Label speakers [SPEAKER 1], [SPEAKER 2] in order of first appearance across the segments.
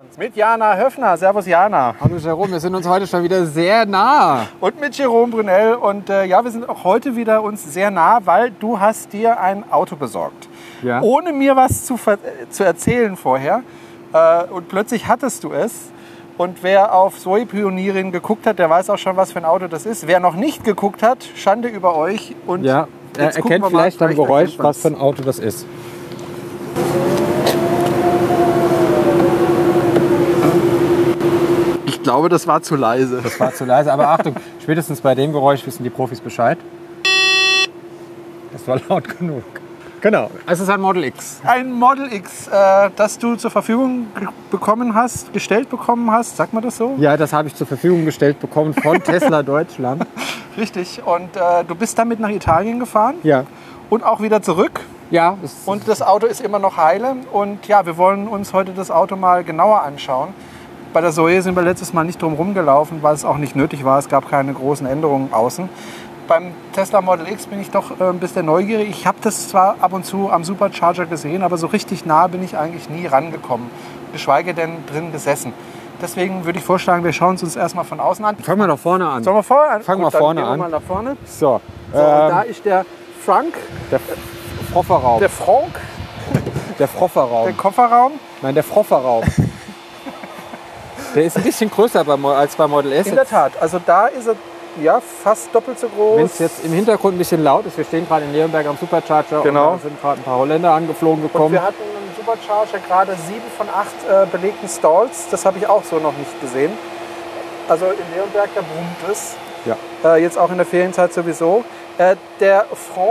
[SPEAKER 1] Mit Jana Höffner. Servus Jana.
[SPEAKER 2] Hallo Jerome, wir sind uns heute schon wieder sehr nah.
[SPEAKER 1] Und mit Jerome Brunel. Und ja, wir sind auch heute wieder uns sehr nah, weil du hast dir ein Auto besorgt.
[SPEAKER 2] Ja.
[SPEAKER 1] Ohne mir was zu erzählen vorher. Und plötzlich hattest du es. Und wer auf Zoe Pionierin geguckt hat, der weiß auch schon, was für ein Auto das ist. Wer noch nicht geguckt hat, Schande über euch. Und
[SPEAKER 2] ja, er erkennt vielleicht am Geräusch, was für ein Auto das ist.
[SPEAKER 1] Ich glaube, das war zu leise.
[SPEAKER 2] Das war zu leise, aber Achtung, spätestens bei dem Geräusch wissen die Profis Bescheid. Das war laut genug. Genau, es ist ein Model X.
[SPEAKER 1] Ein Model X, das du zur Verfügung gestellt bekommen hast, sagt man das so?
[SPEAKER 2] Ja, das habe ich zur Verfügung gestellt bekommen von Tesla Deutschland.
[SPEAKER 1] Richtig, und du bist damit nach Italien gefahren?
[SPEAKER 2] Ja.
[SPEAKER 1] Und auch wieder zurück?
[SPEAKER 2] Ja.
[SPEAKER 1] Und das Auto ist immer noch heile und ja, wir wollen uns heute das Auto mal genauer anschauen. Bei der Zoe sind wir letztes Mal nicht drum rumgelaufen, weil es auch nicht nötig war. Es gab keine großen Änderungen außen. Beim Tesla Model X bin ich doch ein bisschen neugierig. Ich habe das zwar ab und zu am Supercharger gesehen, aber so richtig nah bin ich eigentlich nie rangekommen. Geschweige denn drin gesessen. Deswegen würde ich vorschlagen, wir schauen es uns erstmal von außen an.
[SPEAKER 2] Fangen wir doch vorne an.
[SPEAKER 1] Sollen wir vorne an?
[SPEAKER 2] Fangen wir vorne an.
[SPEAKER 1] Mal nach vorne.
[SPEAKER 2] So,
[SPEAKER 1] Und da ist der Frank.
[SPEAKER 2] Der Kofferraum.
[SPEAKER 1] Der Frank.
[SPEAKER 2] Der Kofferraum.
[SPEAKER 1] Der Kofferraum.
[SPEAKER 2] Nein, der Kofferraum. Der ist ein bisschen größer als bei Model S.
[SPEAKER 1] In der Tat. Also da ist er ja, fast doppelt so groß.
[SPEAKER 2] Wenn es jetzt im Hintergrund ein bisschen laut ist, wir stehen gerade in Nürnberg am Supercharger
[SPEAKER 1] genau.
[SPEAKER 2] Und da sind gerade ein paar Holländer angeflogen gekommen.
[SPEAKER 1] Und wir hatten im Supercharger gerade 7 von 8 belegten Stalls. Das habe ich auch so noch nicht gesehen. Also in Nürnberg, da brummt es.
[SPEAKER 2] Ja.
[SPEAKER 1] Jetzt auch in der Ferienzeit sowieso. Der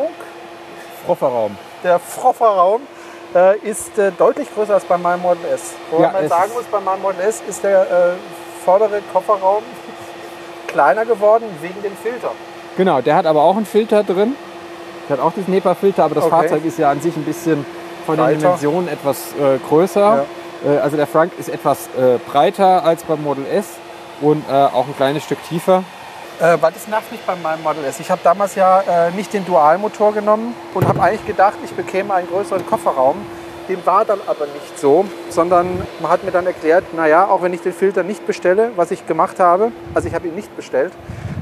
[SPEAKER 2] Kofferraum.
[SPEAKER 1] Der Kofferraum ist deutlich größer als bei meinem Model S. Wo man sagen muss, bei meinem Model S ist der vordere Kofferraum kleiner geworden wegen dem Filter.
[SPEAKER 2] Genau, der hat aber auch einen Filter drin. Der hat auch diesen NEPA-Filter, aber das Fahrzeug ist ja an sich ein bisschen von den Dimensionen etwas größer. Ja. Also der Frank ist etwas breiter als beim Model S und auch ein kleines Stück tiefer.
[SPEAKER 1] Weil das nervt mich bei meinem Model S. Ich habe damals ja nicht den Dualmotor genommen und habe eigentlich gedacht, ich bekäme einen größeren Kofferraum. Dem war dann aber nicht so, sondern man hat mir dann erklärt, naja, auch wenn ich den Filter nicht bestelle, was ich gemacht habe, also ich habe ihn nicht bestellt,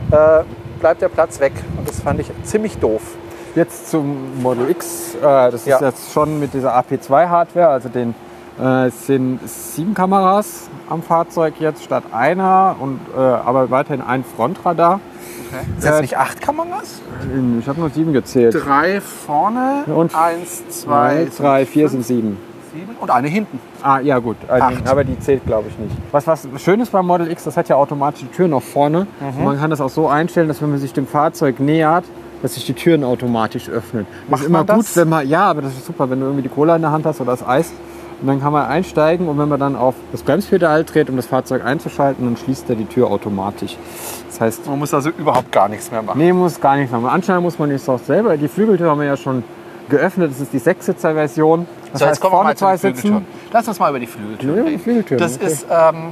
[SPEAKER 1] bleibt der Platz weg. Und das fand ich ziemlich doof.
[SPEAKER 2] Jetzt zum Model X. Das ist jetzt schon mit dieser AP2-Hardware, also es sind 7 Kameras am Fahrzeug jetzt statt einer, und, aber weiterhin ein Frontradar.
[SPEAKER 1] Okay. Sind das nicht 8 Kameras?
[SPEAKER 2] Ich habe nur 7 gezählt.
[SPEAKER 1] 3 vorne und 1, 2,
[SPEAKER 2] 3, 4 sind 7.
[SPEAKER 1] 7 und eine hinten.
[SPEAKER 2] Ah, ja gut, aber die zählt glaube ich nicht. Was schön ist beim Model X, das hat ja automatische Türen auch vorne. Und man kann das auch so einstellen, dass wenn man sich dem Fahrzeug nähert, dass sich die Türen automatisch öffnen. Das ist immer gut, wenn man, ja, aber das ist super, wenn du irgendwie die Cola in der Hand hast oder das Eis. Und dann kann man einsteigen und wenn man dann auf das Bremspedal dreht, um das Fahrzeug einzuschalten, dann schließt er die Tür automatisch. Das heißt,
[SPEAKER 1] man muss also überhaupt gar nichts mehr machen.
[SPEAKER 2] Nee, muss gar nichts mehr machen. Anscheinend muss man nicht auch selber. Die Flügeltür haben wir ja schon geöffnet. Das ist die 6-Sitzer-Version. Das heißt, vorne 2 sitzen.
[SPEAKER 1] Lass uns mal über die Flügeltür reden. Das ist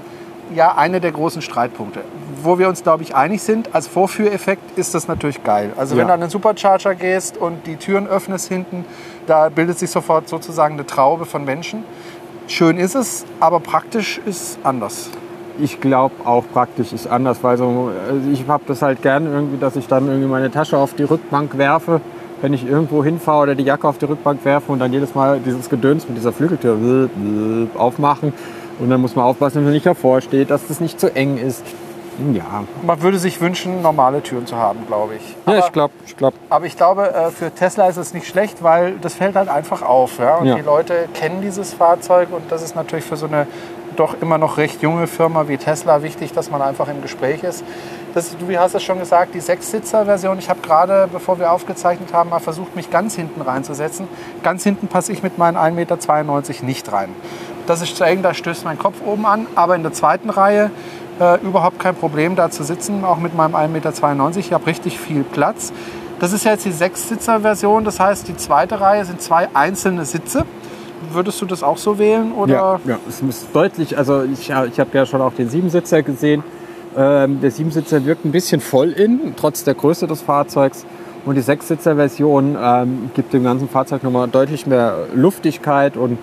[SPEAKER 1] ja einer der großen Streitpunkte. Wo wir uns, glaube ich, einig sind, als Vorführeffekt ist das natürlich geil. Also wenn du an den Supercharger gehst und die Türen öffnest hinten, da bildet sich sofort sozusagen eine Traube von Menschen. Schön ist es, aber praktisch ist anders.
[SPEAKER 2] Ich glaube auch praktisch ist anders, weil ich habe das halt gern irgendwie, dass ich dann irgendwie meine Tasche auf die Rückbank werfe, wenn ich irgendwo hinfahre oder die Jacke auf die Rückbank werfe und dann jedes Mal dieses Gedöns mit dieser Flügeltür aufmachen. Und dann muss man aufpassen, dass man nicht davor steht, dass das nicht zu eng ist. Ja.
[SPEAKER 1] Man würde sich wünschen, normale Türen zu haben, glaube ich.
[SPEAKER 2] Ja, ich glaube.
[SPEAKER 1] Aber ich glaube, für Tesla ist es nicht schlecht, weil das fällt halt einfach auf. Ja? Und die Leute kennen dieses Fahrzeug und das ist natürlich für so eine doch immer noch recht junge Firma wie Tesla wichtig, dass man einfach im Gespräch ist. Du hast es schon gesagt, die 6-Sitzer-Version. Ich habe gerade, bevor wir aufgezeichnet haben, mal versucht, mich ganz hinten reinzusetzen. Ganz hinten passe ich mit meinen 1,92 Meter nicht rein. Das ist zu eng, da stößt mein Kopf oben an. Aber in der zweiten Reihe überhaupt kein Problem, da zu sitzen, auch mit meinem 1,92 Meter. Ich habe richtig viel Platz. Das ist jetzt die 6-Sitzer-Version. Das heißt, die zweite Reihe sind 2 einzelne Sitze. Würdest du das auch so wählen? Oder?
[SPEAKER 2] Ja, es ist deutlich. Also ich habe ja schon auch den 7-Sitzer gesehen. Der 7-Sitzer wirkt ein bisschen voll trotz der Größe des Fahrzeugs. Und die 6-Sitzer-Version gibt dem ganzen Fahrzeug nochmal deutlich mehr Luftigkeit und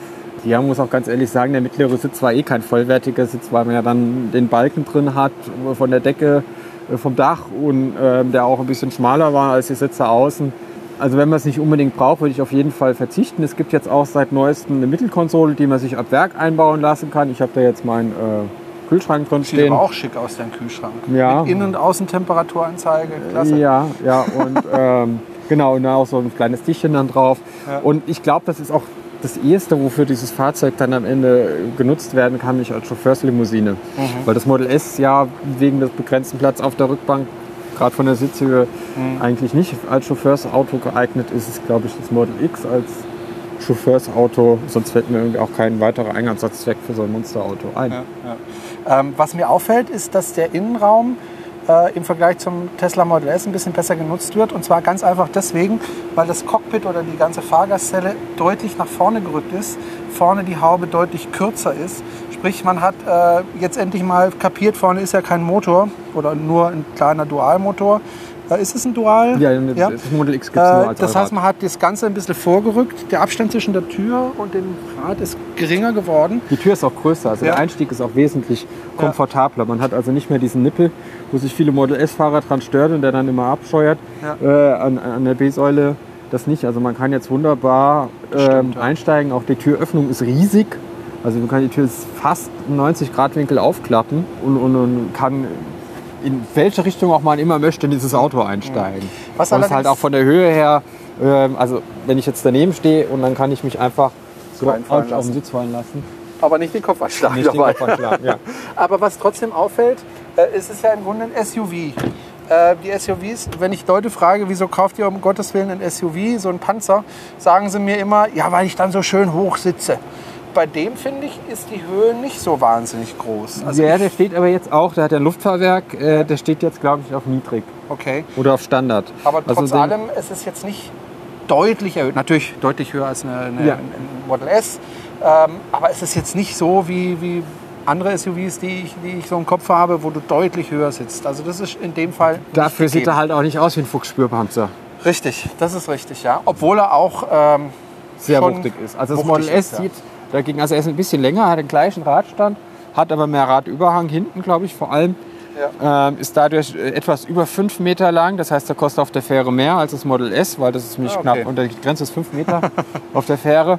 [SPEAKER 2] Ja, man muss auch ganz ehrlich sagen, der mittlere Sitz war eh kein vollwertiger Sitz, weil man ja dann den Balken drin hat von der Decke, vom Dach und der auch ein bisschen schmaler war als die Sitze außen. Also wenn man es nicht unbedingt braucht, würde ich auf jeden Fall verzichten. Es gibt jetzt auch seit neuestem eine Mittelkonsole, die man sich ab Werk einbauen lassen kann. Ich habe da jetzt meinen Kühlschrank drin stehen.
[SPEAKER 1] Sieht aber auch schick aus, dein Kühlschrank.
[SPEAKER 2] Ja.
[SPEAKER 1] Mit Innen- und Außentemperaturanzeige, klasse.
[SPEAKER 2] Ja, und genau, und da auch so ein kleines Tischchen dann drauf.
[SPEAKER 1] Ja.
[SPEAKER 2] Und ich glaube, das ist auch das Erste, wofür dieses Fahrzeug dann am Ende genutzt werden kann, nicht als Chauffeurslimousine. Weil das Model S ja wegen des begrenzten Platzes auf der Rückbank, gerade von der Sitzhöhe, eigentlich nicht als Chauffeursauto geeignet ist. Ist, glaube ich, das Model X als Chauffeursauto. Sonst fällt mir irgendwie auch kein weiterer Eingangssatzzweck für so ein Monsterauto ein.
[SPEAKER 1] Ja, ja. Was mir auffällt, ist, dass der Innenraum im Vergleich zum Tesla Model S ein bisschen besser genutzt wird. Und zwar ganz einfach deswegen, weil das Cockpit oder die ganze Fahrgastzelle deutlich nach vorne gerückt ist. Vorne die Haube deutlich kürzer ist. Sprich, man hat jetzt endlich mal kapiert, vorne ist ja kein Motor oder nur ein kleiner Dualmotor. Ist es ein Dual?
[SPEAKER 2] Ja, das Model X gibt es nur als
[SPEAKER 1] Das heißt, man hat das Ganze ein bisschen vorgerückt. Der Abstand zwischen der Tür und dem Rad ist geringer geworden.
[SPEAKER 2] Die Tür ist auch größer, also der Einstieg ist auch wesentlich komfortabler. Man hat also nicht mehr diesen Nippel, wo sich viele Model S-Fahrer dran stören und der dann immer abscheuert. An der B-Säule das nicht. Also man kann jetzt wunderbar einsteigen. Auch die Türöffnung ist riesig. Also man kann die Tür fast 90 Grad Winkel aufklappen und kann in welche Richtung auch man immer möchte in dieses Auto einsteigen. Was und halt auch von der Höhe her, also wenn ich jetzt daneben stehe und dann kann ich mich einfach so auf den Sitz fallen lassen.
[SPEAKER 1] Aber nicht den Kopf anschlagen
[SPEAKER 2] nicht
[SPEAKER 1] dabei.
[SPEAKER 2] Den Kopf anschlagen, ja.
[SPEAKER 1] Aber was trotzdem auffällt, ist es ja im Grunde ein SUV. Die SUVs, wenn ich Leute frage, wieso kauft ihr um Gottes Willen ein SUV, so ein Panzer, sagen sie mir immer, ja, weil ich dann so schön hoch sitze. Bei dem, finde ich, ist die Höhe nicht so wahnsinnig groß. Also
[SPEAKER 2] ja, der steht aber jetzt auch, der hat ja ein Luftfahrwerk, der steht jetzt, glaube ich, auf niedrig.
[SPEAKER 1] Okay.
[SPEAKER 2] Oder auf Standard.
[SPEAKER 1] Aber trotz allem ist es jetzt nicht deutlich erhöht. Natürlich deutlich höher als ein Model S. Aber es ist jetzt nicht so wie andere SUVs, die ich so im Kopf habe, wo du deutlich höher sitzt. Also das ist in dem Fall nicht
[SPEAKER 2] dafür
[SPEAKER 1] gegeben.
[SPEAKER 2] sieht er halt auch nicht aus wie ein Fuchsspürpanzer.
[SPEAKER 1] Richtig, das ist richtig, ja. Obwohl er auch
[SPEAKER 2] sehr wuchtig ist. Also das Model S sieht dagegen, also er ist ein bisschen länger, hat den gleichen Radstand, hat aber mehr Radüberhang hinten, glaube ich, vor allem. Ja. Ist dadurch etwas über 5 Meter lang. Das heißt, er kostet auf der Fähre mehr als das Model S, weil das ist ziemlich knapp. Und die Grenze ist 5 Meter auf der Fähre.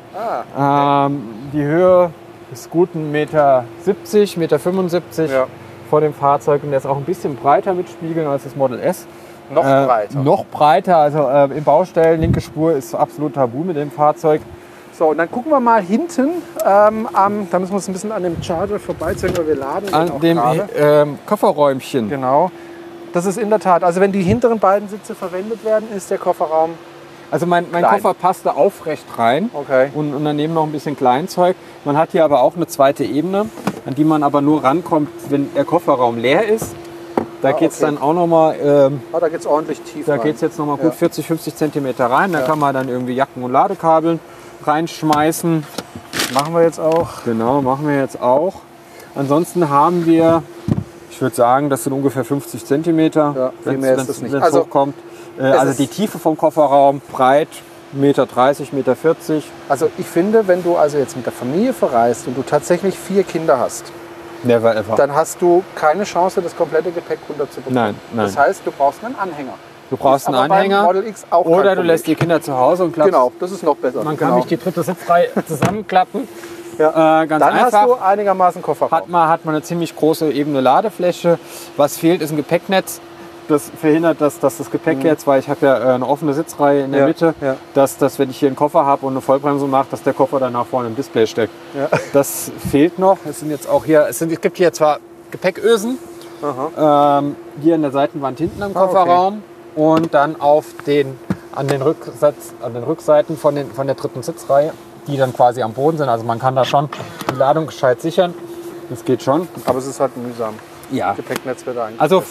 [SPEAKER 2] Die Höhe ist gut 1,70 Meter, 1,75 Meter vor dem Fahrzeug. Und der ist auch ein bisschen breiter mit Spiegeln als das Model S.
[SPEAKER 1] Noch breiter?
[SPEAKER 2] Noch breiter. Also im Baustellen, linke Spur ist absolut tabu mit dem Fahrzeug.
[SPEAKER 1] So, und dann gucken wir mal hinten. Da müssen wir uns ein bisschen an dem Charger vorbeiziehen, weil wir laden den
[SPEAKER 2] an dem Kofferräumchen.
[SPEAKER 1] Genau. Das ist in der Tat, also wenn die hinteren beiden Sitze verwendet werden, ist der Kofferraum
[SPEAKER 2] also mein Koffer passte aufrecht rein und daneben noch ein bisschen Kleinzeug. Man hat hier aber auch eine zweite Ebene, an die man aber nur rankommt, wenn der Kofferraum leer ist. Da geht es dann auch nochmal.
[SPEAKER 1] Da geht es ordentlich tief
[SPEAKER 2] rein. Da geht es jetzt nochmal gut 40, 50 Zentimeter rein. Da kann man dann irgendwie Jacken und Ladekabeln reinschmeißen.
[SPEAKER 1] Machen wir jetzt auch.
[SPEAKER 2] Genau, machen wir jetzt auch. Ansonsten haben wir, ich würde sagen, das sind ungefähr 50 Zentimeter, wenn es hochkommt. Also die Tiefe vom Kofferraum, breit, 1,30 Meter, 1,40 Meter.
[SPEAKER 1] Also ich finde, wenn du also jetzt mit der Familie verreist und du tatsächlich 4 Kinder hast,
[SPEAKER 2] never ever,
[SPEAKER 1] dann hast du keine Chance, das komplette Gepäck runterzubekommen.
[SPEAKER 2] Nein.
[SPEAKER 1] Das heißt, du brauchst einen Anhänger.
[SPEAKER 2] Du brauchst einen Anhänger oder du lässt die Kinder zu Hause und klappst.
[SPEAKER 1] Genau, das ist noch besser.
[SPEAKER 2] Man kann nicht die dritte Sitzreihe zusammenklappen.
[SPEAKER 1] Ganz
[SPEAKER 2] dann
[SPEAKER 1] einfach. Hast du einigermaßen Kofferraum.
[SPEAKER 2] Hat man eine ziemlich große ebene Ladefläche. Was fehlt, ist ein Gepäcknetz. Das verhindert, dass das Gepäck jetzt, weil ich habe ja eine offene Sitzreihe in der Mitte, dass wenn ich hier einen Koffer habe und eine Vollbremsung mache, dass der Koffer dann nach vorne im Display steckt. Ja. Das fehlt noch. Es sind jetzt auch hier, es gibt hier zwar Gepäckösen, hier an der Seitenwand hinten am Kofferraum und dann an den Rückseiten von der dritten Sitzreihe, die dann quasi am Boden sind. Also man kann da schon die Ladung gescheit sichern. Das geht schon.
[SPEAKER 1] Aber es ist halt mühsam.
[SPEAKER 2] Ja.
[SPEAKER 1] Gepäcknetz wird eigentlich.
[SPEAKER 2] Also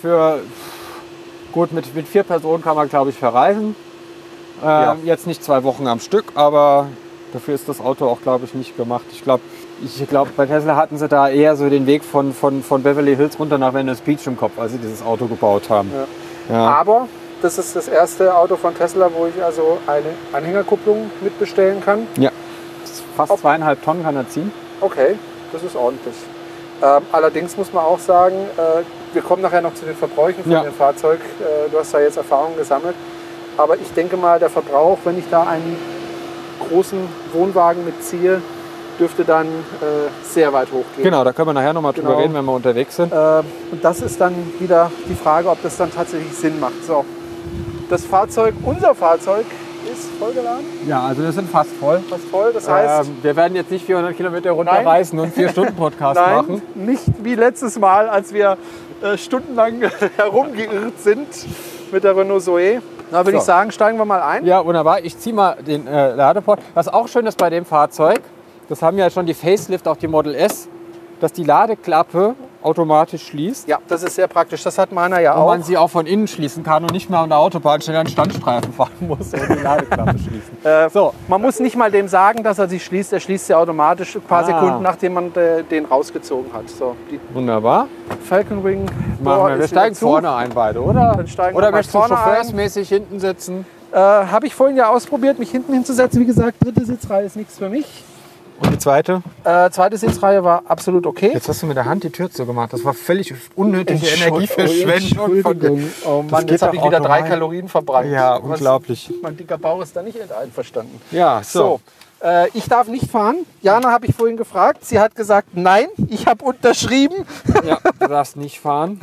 [SPEAKER 2] gut, mit 4 Personen kann man, glaube ich, verreisen. Jetzt nicht 2 Wochen am Stück, aber dafür ist das Auto auch, glaube ich, nicht gemacht. Ich glaube, bei Tesla hatten sie da eher so den Weg von Beverly Hills runter nach Venice Beach im Kopf, als sie dieses Auto gebaut haben.
[SPEAKER 1] Ja. Ja. Aber das ist das erste Auto von Tesla, wo ich also eine Anhängerkupplung mitbestellen kann.
[SPEAKER 2] Ja. fast 2,5 Tonnen kann er ziehen.
[SPEAKER 1] Okay, das ist ordentlich. Allerdings muss man auch sagen, wir kommen nachher noch zu den Verbräuchen von dem Fahrzeug. Du hast da jetzt Erfahrungen gesammelt. Aber ich denke mal, der Verbrauch, wenn ich da einen großen Wohnwagen mitziehe, dürfte dann sehr weit hochgehen.
[SPEAKER 2] Genau, da können wir nachher nochmal drüber reden, wenn wir unterwegs sind.
[SPEAKER 1] Und das ist dann wieder die Frage, ob das dann tatsächlich Sinn macht. So, das Fahrzeug, unser Fahrzeug, ist vollgeladen?
[SPEAKER 2] Ja, also wir sind fast voll.
[SPEAKER 1] Fast voll, das heißt...
[SPEAKER 2] wir werden jetzt nicht 400 Kilometer runterreisen und 4-Stunden-Podcast machen.
[SPEAKER 1] Nicht wie letztes Mal, als wir stundenlang herumgeirrt sind mit der Renault Zoe. Na, würde ich sagen, steigen wir mal ein.
[SPEAKER 2] Ja, wunderbar. Ich ziehe mal den Ladeport. Was auch schön ist bei dem Fahrzeug, das haben ja schon die Facelift, auch die Model S, dass die Ladeklappe automatisch schließt.
[SPEAKER 1] Ja, das ist sehr praktisch. Das hat meiner ja auch.
[SPEAKER 2] Und man sie auch von innen schließen kann und nicht mehr an der Autobahn schnell an den Standstreifen fahren muss und die Ladeklappe schließen.
[SPEAKER 1] Man muss nicht mal dem sagen, dass er sie schließt. Er schließt sie automatisch ein paar Sekunden, nachdem man den rausgezogen hat. So,
[SPEAKER 2] wunderbar.
[SPEAKER 1] Falcon Wing.
[SPEAKER 2] Wir steigen vorne ein beide, oder?
[SPEAKER 1] Dann steigen
[SPEAKER 2] oder
[SPEAKER 1] wir
[SPEAKER 2] möchtest du
[SPEAKER 1] vorne
[SPEAKER 2] chauffeursmäßig hinten sitzen?
[SPEAKER 1] Habe ich vorhin ja ausprobiert, mich hinten hinzusetzen. Wie gesagt, dritte Sitzreihe ist nichts für mich.
[SPEAKER 2] Und die zweite?
[SPEAKER 1] Zweite Sitzreihe war absolut okay.
[SPEAKER 2] Jetzt hast du mit der Hand die Tür zugemacht. Das war völlig unnötige Energieverschwendung.
[SPEAKER 1] Oh Mann, jetzt habe ich wieder 3 Kalorien verbrannt.
[SPEAKER 2] Ja, unglaublich.
[SPEAKER 1] Mein dicker Bauch ist da nicht einverstanden.
[SPEAKER 2] Ja, so.
[SPEAKER 1] Ich darf nicht fahren. Jana habe ich vorhin gefragt. Sie hat gesagt, nein, ich habe unterschrieben.
[SPEAKER 2] Ja, du darfst nicht fahren.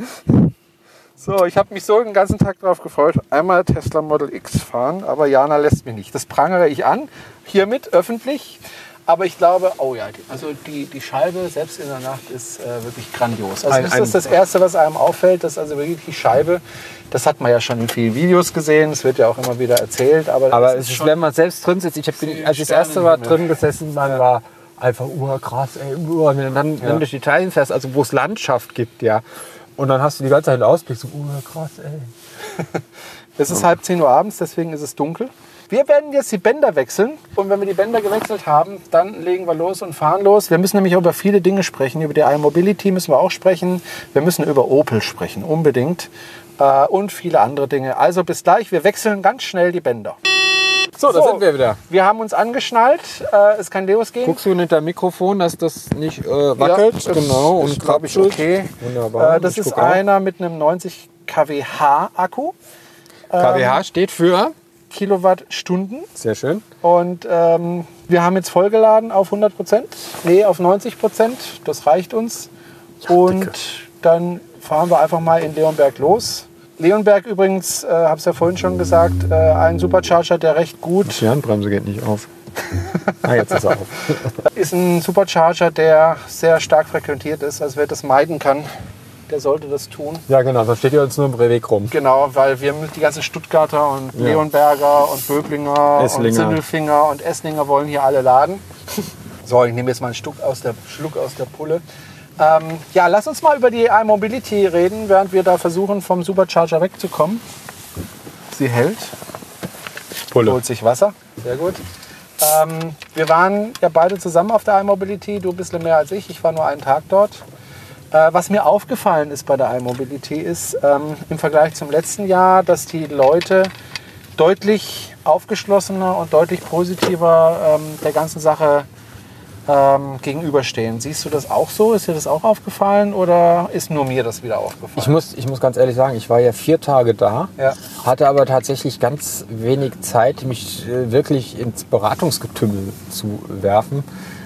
[SPEAKER 1] So, ich habe mich so den ganzen Tag darauf gefreut, einmal Tesla Model X fahren, aber Jana lässt mich nicht. Das prangere ich an, hiermit öffentlich. Aber ich glaube, also die Scheibe selbst in der Nacht ist wirklich grandios. Also das ist das Erste, was einem auffällt, dass also wirklich die Scheibe, das hat man ja schon in vielen Videos gesehen, es wird ja auch immer wieder erzählt. Aber
[SPEAKER 2] es ist, wenn man selbst drin sitzt, als ich das erste Mal drin gesessen man war einfach krass, ey, und dann wenn du durch Italien fährst, also wo es Landschaft gibt, ja. Und dann hast du die ganze Zeit einen Ausblick, so krass, ey.
[SPEAKER 1] Es ist 9:30 Uhr abends, deswegen ist es dunkel. Wir werden jetzt die Bänder wechseln und wenn wir die Bänder gewechselt haben, dann legen wir los und fahren los. Wir müssen nämlich über viele Dinge sprechen. Über die iMobility müssen wir auch sprechen. Wir müssen über Opel sprechen, unbedingt. Und viele andere Dinge. Also bis gleich, wir wechseln ganz schnell die Bänder.
[SPEAKER 2] So, da sind wir wieder.
[SPEAKER 1] Wir haben uns angeschnallt, es kann losgehen.
[SPEAKER 2] Guckst du hinter dem Mikrofon, dass das nicht wackelt?
[SPEAKER 1] Ja,
[SPEAKER 2] genau.
[SPEAKER 1] Und glaube ich okay.
[SPEAKER 2] Wunderbar.
[SPEAKER 1] Das ist einer mit einem 90 kWh Akku.
[SPEAKER 2] kWh steht für?
[SPEAKER 1] Kilowattstunden.
[SPEAKER 2] Sehr schön.
[SPEAKER 1] Und wir haben jetzt vollgeladen auf 100%. Nee, auf 90%. Das reicht uns. Und dann fahren wir einfach mal in Leonberg los. Leonberg übrigens, habe es ja vorhin schon gesagt, ein Supercharger, der recht gut...
[SPEAKER 2] Die Handbremse geht nicht auf. Jetzt ist er auf.
[SPEAKER 1] Ist ein Supercharger, der sehr stark frequentiert ist. Also wer das meiden kann, der sollte das tun.
[SPEAKER 2] Ja genau, da steht ja uns nur im Weg rum.
[SPEAKER 1] Genau, weil wir die ganzen Stuttgarter und Leonberger und Böblinger und Sindelfinger und Esslinger wollen hier alle laden. So, ich nehme jetzt mal einen Schluck aus der Pulle. Lass uns mal über die iMobility reden, während wir da versuchen, vom Supercharger wegzukommen. Sie hält.
[SPEAKER 2] Pulle.
[SPEAKER 1] Holt sich Wasser. Sehr gut. Wir waren ja beide zusammen auf der iMobility. Du ein bisschen mehr als ich. Ich war nur einen Tag dort. Was mir aufgefallen ist bei der iMobility ist im Vergleich zum letzten Jahr, dass die Leute deutlich aufgeschlossener und deutlich positiver der ganzen Sache gegenüberstehen. Siehst du das auch so? Ist dir das auch aufgefallen oder ist nur mir das wieder aufgefallen?
[SPEAKER 2] Ich muss ganz ehrlich sagen, ich war ja 4 Tage da, hatte aber tatsächlich ganz wenig Zeit, mich wirklich ins Beratungsgetümmel zu werfen.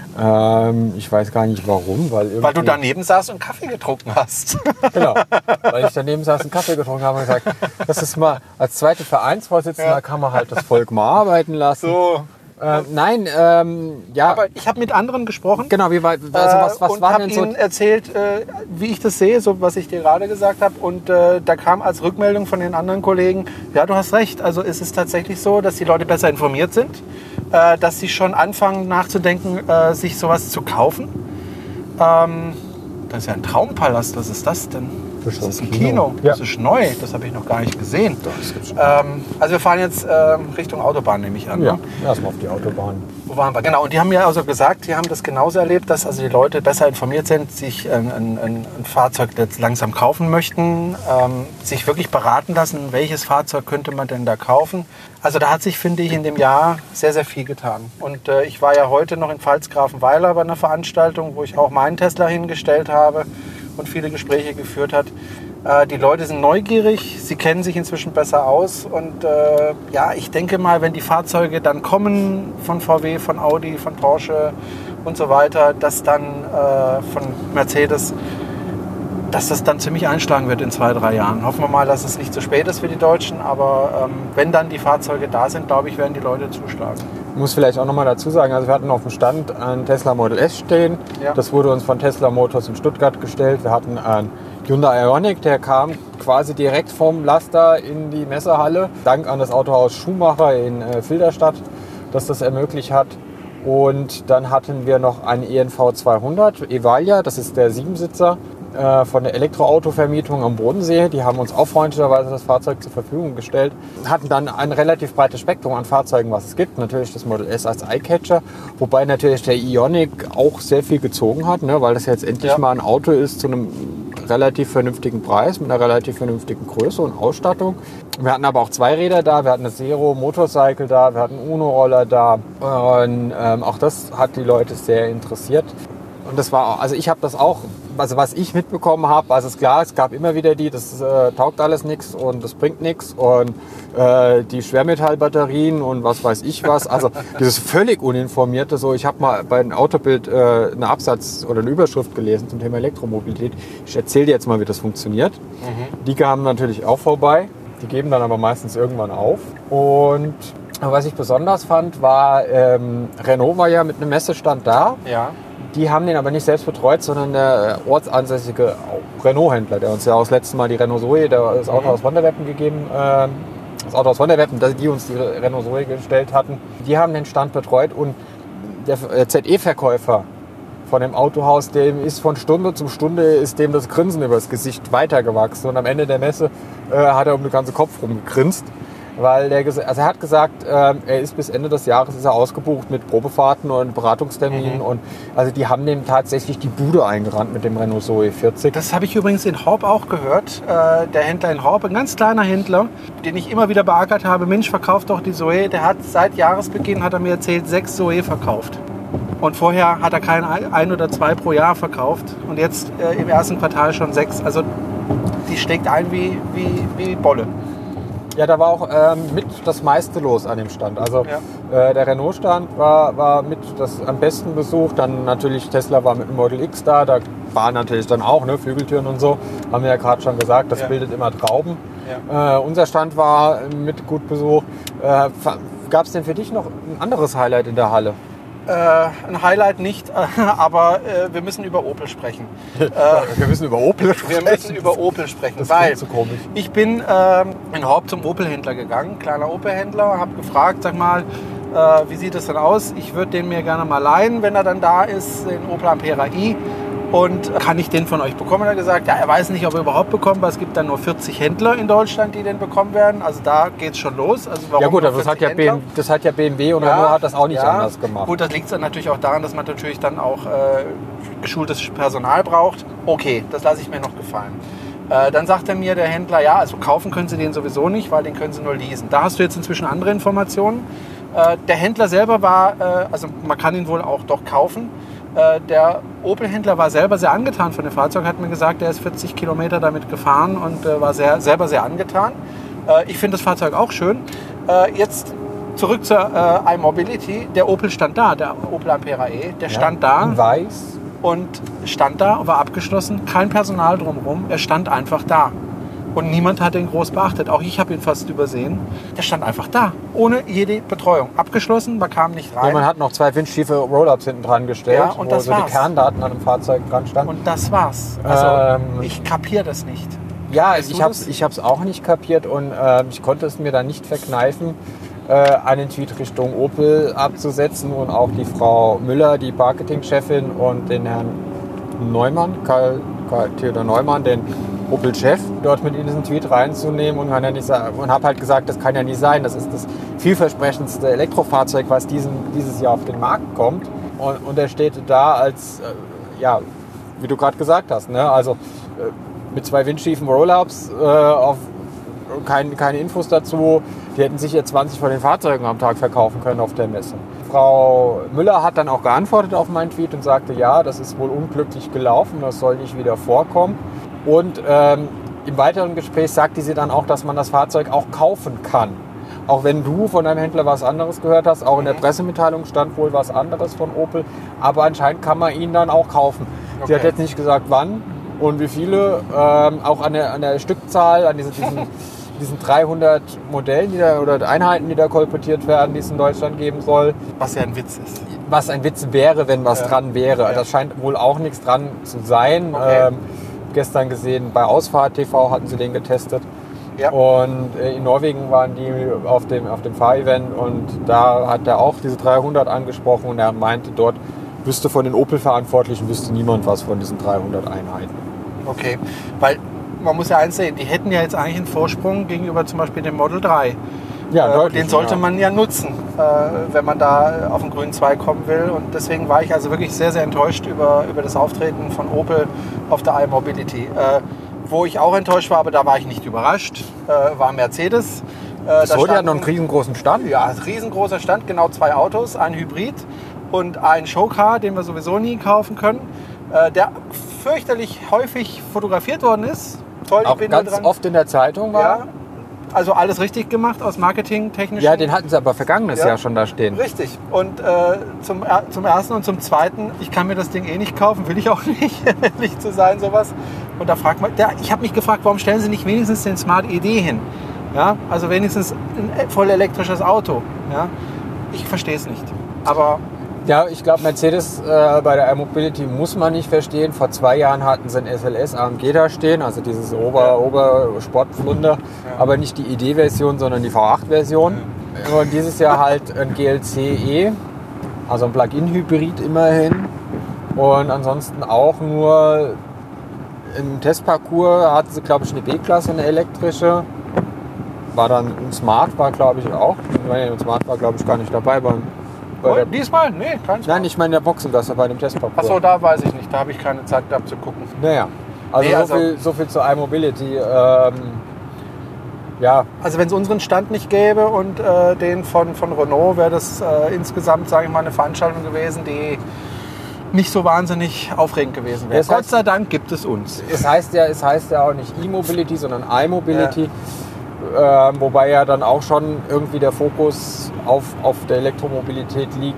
[SPEAKER 2] Ich weiß gar nicht warum.
[SPEAKER 1] Weil du daneben saßt und Kaffee getrunken hast.
[SPEAKER 2] Genau, weil ich daneben saß und Kaffee getrunken habe und gesagt, das ist mal als zweite Vereinsvorsitzender kann man halt das Volk mal arbeiten lassen.
[SPEAKER 1] So.
[SPEAKER 2] Nein,
[SPEAKER 1] Aber ich habe mit anderen gesprochen.
[SPEAKER 2] Genau, was war denn so?
[SPEAKER 1] Ihnen erzählt, wie ich das sehe, so was ich dir gerade gesagt habe. Und da kam als Rückmeldung von den anderen Kollegen, ja, du hast recht. Also es ist tatsächlich so, dass die Leute besser informiert sind, dass sie schon anfangen nachzudenken, sich sowas zu kaufen. Das ist ja ein Traumpalast. Was ist das denn? Das ist ein Kino.
[SPEAKER 2] Ja.
[SPEAKER 1] Das ist neu. Das habe ich noch gar nicht gesehen.
[SPEAKER 2] Doch, das gibt's schon.
[SPEAKER 1] Also wir fahren jetzt Richtung Autobahn, nehme ich an.
[SPEAKER 2] Ja,
[SPEAKER 1] Ne?
[SPEAKER 2] erstmal auf die Autobahn.
[SPEAKER 1] Wo waren wir? Genau. Und die haben mir also gesagt, die haben das genauso erlebt, dass also die Leute besser informiert sind, sich ein Fahrzeug jetzt langsam kaufen möchten, sich wirklich beraten lassen, welches Fahrzeug könnte man denn da kaufen. Also da hat sich, finde ich, in dem Jahr sehr, sehr viel getan. Und ich war ja heute noch in Pfalzgrafenweiler bei einer Veranstaltung, wo ich auch meinen Tesla hingestellt habe und viele Gespräche geführt hat. Die Leute sind neugierig, sie kennen sich inzwischen besser aus und ja, ich denke mal, wenn die Fahrzeuge dann kommen von VW, von Audi, von Porsche und so weiter, dass dann von Mercedes, dass das dann ziemlich einschlagen wird in 2-3 Jahren. Hoffen wir mal, dass es nicht zu spät ist für die Deutschen, aber wenn dann die Fahrzeuge da sind, glaube ich, werden die Leute zuschlagen.
[SPEAKER 2] Ich muss vielleicht auch noch mal dazu sagen, also wir hatten auf dem Stand ein Tesla Model S stehen. Ja. Das wurde uns von Tesla Motors in Stuttgart gestellt. Wir hatten ein Hyundai Ioniq, der kam quasi direkt vom Laster in die Messehalle. Dank an das Autohaus Schumacher in Filderstadt, das das ermöglicht hat. Und dann hatten wir noch einen ENV 200, Evalia, das ist der 7-Sitzer von der Elektroautovermietung am Bodensee. Die haben uns auch freundlicherweise das Fahrzeug zur Verfügung gestellt. Hatten dann ein relativ breites Spektrum an Fahrzeugen, was es gibt. Natürlich das Model S als Eyecatcher, wobei natürlich der Ioniq auch sehr viel gezogen hat, ne, weil das jetzt endlich mal ein Auto ist zu einem relativ vernünftigen Preis, mit einer relativ vernünftigen Größe und Ausstattung. Wir hatten aber auch Zweiräder da, wir hatten eine Zero Motorcycle da, wir hatten einen Uno-Roller da und auch das hat die Leute sehr interessiert. Und das war, also ich habe das auch, also was ich mitbekommen habe, also ist klar, es gab immer wieder das taugt alles nichts und das bringt nichts und die Schwermetallbatterien und was weiß ich was, also dieses völlig uninformierte, so ich habe mal bei einem Autobild einen Absatz oder eine Überschrift gelesen zum Thema Elektromobilität. Ich erzähle dir jetzt mal, wie das funktioniert. Die kamen natürlich auch vorbei, die geben dann aber meistens irgendwann auf und was ich besonders fand, war Renault war ja mit einem Messestand da.
[SPEAKER 1] Ja.
[SPEAKER 2] Die haben den aber nicht selbst betreut, sondern der ortsansässige Renault-Händler, der uns ja auch das letzte Mal die Renault Zoe, das Auto aus Wonderweppen gegeben, das Auto aus Wonderweppen, die uns die Renault Zoe gestellt hatten, die haben den Stand betreut und der ZE-Verkäufer von dem Autohaus, dem ist von Stunde zu Stunde ist dem das Grinsen übers Gesicht weitergewachsen und am Ende der Messe hat er um den ganzen Kopf rumgegrinst. Weil er hat gesagt, er ist bis Ende des Jahres ist er ausgebucht mit Probefahrten und Beratungsterminen. Und also die haben dem tatsächlich die Bude eingerannt mit dem Renault Zoe 40.
[SPEAKER 1] Das habe ich übrigens in Horb auch gehört. Der Händler in Horb, ein ganz kleiner Händler, den ich immer wieder beackert habe. Mensch, verkauft doch die Zoe. Der hat seit Jahresbeginn, hat er mir erzählt, 6 Zoe verkauft. Und vorher hat er keine 1 oder 2 pro Jahr verkauft. Und jetzt im ersten Quartal schon 6. Also die schlägt ein wie Bolle.
[SPEAKER 2] Ja, da war auch mit das meiste los an dem Stand. Also der Renault-Stand war mit das am besten besucht. Dann natürlich Tesla war mit dem Model X da. Da waren natürlich dann auch Flügeltüren und so. Haben wir ja gerade schon gesagt, das bildet immer Trauben. Ja. Unser Stand war mit gut besucht. Gab es denn für dich noch ein anderes Highlight in der Halle?
[SPEAKER 1] Ein Highlight nicht, aber wir müssen über Opel sprechen.
[SPEAKER 2] Wir müssen über Opel sprechen?
[SPEAKER 1] Wir müssen über Opel sprechen,
[SPEAKER 2] das
[SPEAKER 1] weil
[SPEAKER 2] so komisch.
[SPEAKER 1] Ich bin in Horb zum Opel-Händler gegangen, kleiner Opel-Händler, habe gefragt, sag mal, wie sieht es denn aus? Ich würde den mir gerne mal leihen, wenn er dann da ist, den Opel Ampera i. Und kann ich den von euch bekommen? Er hat gesagt, ja, er weiß nicht, ob er überhaupt bekommt, weil es gibt dann nur 40 Händler in Deutschland, die den bekommen werden. Also da geht es schon los. Also warum
[SPEAKER 2] ja gut, aber das hat ja BMW und Renault hat das auch nicht anders gemacht.
[SPEAKER 1] Gut, das liegt dann natürlich auch daran, dass man natürlich dann auch geschultes Personal braucht. Okay, das lasse ich mir noch gefallen. Dann sagt er mir, der Händler, ja, also kaufen können Sie den sowieso nicht, weil den können Sie nur leasen. Da hast du jetzt inzwischen andere Informationen. Der Händler selber war, also man kann ihn wohl auch doch kaufen. Der Opel-Händler war selber sehr angetan von dem Fahrzeug, hat mir gesagt, er ist 40 Kilometer damit gefahren und war selber sehr angetan. Ich finde das Fahrzeug auch schön. Jetzt zurück zur iMobility. Der Opel stand da, der Opel Ampera e, der stand da.
[SPEAKER 2] In weiß.
[SPEAKER 1] Und stand da, war abgeschlossen, kein Personal drumherum, er stand einfach da. Und niemand hat ihn groß beachtet. Auch ich habe ihn fast übersehen. Der stand einfach da, ohne jede Betreuung. Abgeschlossen, man kam nicht rein.
[SPEAKER 2] Ja, man hat noch 2 windschiefe Roll-Ups hinten dran gestellt,
[SPEAKER 1] ja, und
[SPEAKER 2] wo so die Kerndaten an dem Fahrzeug dran standen.
[SPEAKER 1] Und das war's. Also ich kapiere das nicht.
[SPEAKER 2] Ja, ich habe es auch nicht kapiert und ich konnte es mir dann nicht verkneifen, einen Tweet Richtung Opel abzusetzen und auch die Frau Müller, die Marketingchefin, und den Herrn Neumann, Karl Theodor Neumann, den Opel-Chef, dort mit in diesen Tweet reinzunehmen und habe halt gesagt, das kann ja nicht sein. Das ist das vielversprechendste Elektrofahrzeug, was dieses Jahr auf den Markt kommt. Und er steht da als, wie du gerade gesagt hast, ne? Also mit 2 windschiefen Roll-Ups, keine Infos dazu. Die hätten sicher 20 von den Fahrzeugen am Tag verkaufen können auf der Messe. Frau Müller hat dann auch geantwortet auf meinen Tweet und sagte, ja, das ist wohl unglücklich gelaufen, das soll nicht wieder vorkommen. Und im weiteren Gespräch sagte sie dann auch, dass man das Fahrzeug auch kaufen kann. Auch wenn du von deinem Händler was anderes gehört hast, auch in der Pressemitteilung stand wohl was anderes von Opel, aber anscheinend kann man ihn dann auch kaufen. Okay. Sie hat jetzt nicht gesagt, wann und wie viele, auch an der Stückzahl, an diesen 300 Modellen oder Einheiten, die da kolportiert werden, die es in Deutschland geben soll.
[SPEAKER 1] Was ja ein Witz ist.
[SPEAKER 2] Was ein Witz wäre, wenn was dran wäre. Ja. Das scheint wohl auch nichts dran zu sein. Okay. Gestern gesehen, bei Ausfahrt TV hatten sie den getestet. Ja. Und in Norwegen waren die auf dem Fahrevent und da hat er auch diese 300 angesprochen und er meinte, dort wüsste von den Opel-Verantwortlichen niemand was von diesen 300 Einheiten.
[SPEAKER 1] Okay, weil man muss ja eins sehen, die hätten ja jetzt eigentlich einen Vorsprung gegenüber zum Beispiel dem Model 3. Ja, deutlich, den sollte man ja nutzen, wenn man da auf den grünen Zweig kommen will. Und deswegen war ich also wirklich sehr, sehr enttäuscht über das Auftreten von Opel auf der iMobility. Wo ich auch enttäuscht war, aber da war ich nicht überrascht, war Mercedes.
[SPEAKER 2] Das wurde ja noch einen riesengroßen Stand.
[SPEAKER 1] Ja, ein riesengroßer Stand, genau 2 Autos, ein Hybrid und ein Showcar, den wir sowieso nie kaufen können, der fürchterlich häufig fotografiert worden ist. Toll,
[SPEAKER 2] auch ganz dran. Oft in der Zeitung war.
[SPEAKER 1] Ja, also alles richtig gemacht aus marketingtechnischen.
[SPEAKER 2] Ja, den hatten sie aber vergangenes Jahr schon da stehen.
[SPEAKER 1] Richtig. Und zum Ersten und zum Zweiten, ich kann mir das Ding eh nicht kaufen, will ich auch nicht, ehrlich zu sein, sowas. Und da fragt man, ich habe mich gefragt, warum stellen sie nicht wenigstens den Smart ED hin? Ja, also wenigstens ein voll elektrisches Auto. Ja, ich verstehe es nicht. Aber
[SPEAKER 2] ja, ich glaube, Mercedes bei der iMobility muss man nicht verstehen. Vor 2 Jahren hatten sie ein SLS AMG da stehen, also dieses Obersportflunder, aber nicht die ID-Version, sondern die V8-Version. Und dieses Jahr halt ein GLC-E, also ein Plug-in-Hybrid immerhin. Und ansonsten auch nur im Testparcours hatten sie, glaube ich, eine B-Klasse, eine elektrische. War dann ein Smart, war glaube ich auch. Ein Smart war, glaube ich, gar nicht dabei.
[SPEAKER 1] Diesmal? Nee, kein Smart.
[SPEAKER 2] Nein, ich meine der Boxengasse bei dem Testparcours.
[SPEAKER 1] Achso, da weiß ich nicht. Da habe ich keine Zeit gehabt zu gucken.
[SPEAKER 2] Naja, also so viel zur iMobility. Ja.
[SPEAKER 1] Also wenn es unseren Stand nicht gäbe und den von Renault, wäre das insgesamt, sage ich mal, eine Veranstaltung gewesen, die nicht so wahnsinnig aufregend gewesen wäre. Gott sei Dank gibt es uns.
[SPEAKER 2] Es heißt ja auch nicht E-Mobility, sondern iMobility. Wobei ja dann auch schon irgendwie der Fokus auf der Elektromobilität liegt.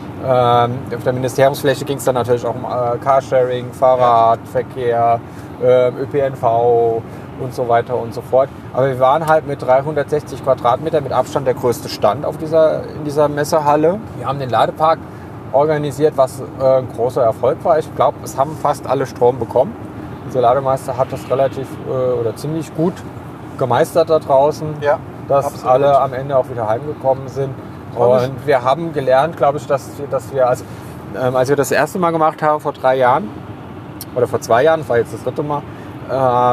[SPEAKER 2] Auf der Ministeriumsfläche ging es dann natürlich auch um Carsharing, Fahrradverkehr, ÖPNV und so weiter und so fort. Aber wir waren halt mit 360 Quadratmeter mit Abstand der größte Stand in dieser Messehalle. Wir haben den Ladepark organisiert, was ein großer Erfolg war. Ich glaube, es haben fast alle Strom bekommen. Unser Lademeister hat das relativ oder ziemlich gut gemeistert da draußen, dass absolut. Alle am Ende auch wieder heimgekommen sind. Und wir haben gelernt, glaube ich, dass wir, als wir das erste Mal gemacht haben, vor 3 Jahren oder vor 2 Jahren, das war jetzt das 3. Mal, da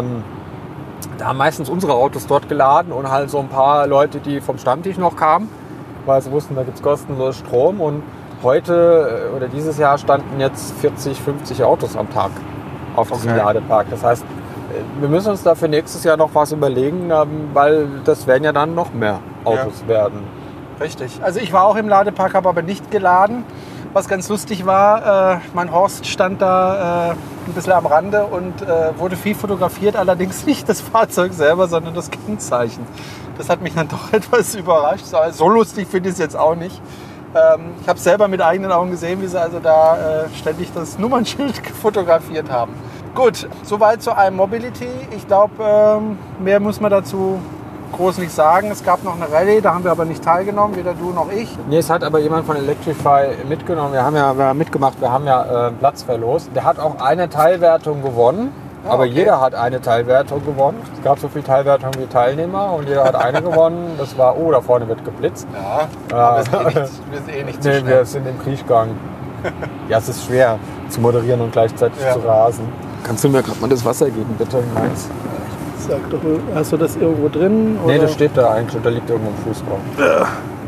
[SPEAKER 2] haben meistens unsere Autos dort geladen und halt so ein paar Leute, die vom Stammtisch noch kamen, weil sie wussten, da gibt es kostenlos Strom. Und heute oder dieses Jahr standen jetzt 40, 50 Autos am Tag auf diesem Ladepark. Das heißt, wir müssen uns da für nächstes Jahr noch was überlegen, weil das werden ja dann noch mehr Autos werden.
[SPEAKER 1] Richtig. Also ich war auch im Ladepark, habe aber nicht geladen. Was ganz lustig war, mein Horst stand da ein bisschen am Rande und wurde viel fotografiert, allerdings nicht das Fahrzeug selber, sondern das Kennzeichen. Das hat mich dann doch etwas überrascht. So lustig finde ich es jetzt auch nicht. Ich habe es selber mit eigenen Augen gesehen, wie sie also da ständig das Nummernschild fotografiert haben. Gut, soweit zur iMobility. Ich glaube, mehr muss man dazu groß nicht sagen. Es gab noch eine Rallye, da haben wir aber nicht teilgenommen, weder du noch ich.
[SPEAKER 2] Nee, es hat aber jemand von Electrify mitgenommen. Wir haben mitgemacht, wir haben ja Platz verlost. Der hat auch eine Teilwertung gewonnen, aber jeder hat eine Teilwertung gewonnen. Es gab so viel Teilwertung wie Teilnehmer und jeder hat eine gewonnen. Das war, da vorne wird geblitzt.
[SPEAKER 1] Ja, wir sind eh nicht zu schnell.
[SPEAKER 2] Wir sind im Kriechgang. Ja, es ist schwer zu moderieren und gleichzeitig zu rasen. Kannst du mir gerade mal das Wasser geben, bitte, Heinz?
[SPEAKER 1] Sag doch, hast du das irgendwo drin?
[SPEAKER 2] Nee, das steht da eigentlich, da liegt irgendwo im Fußraum.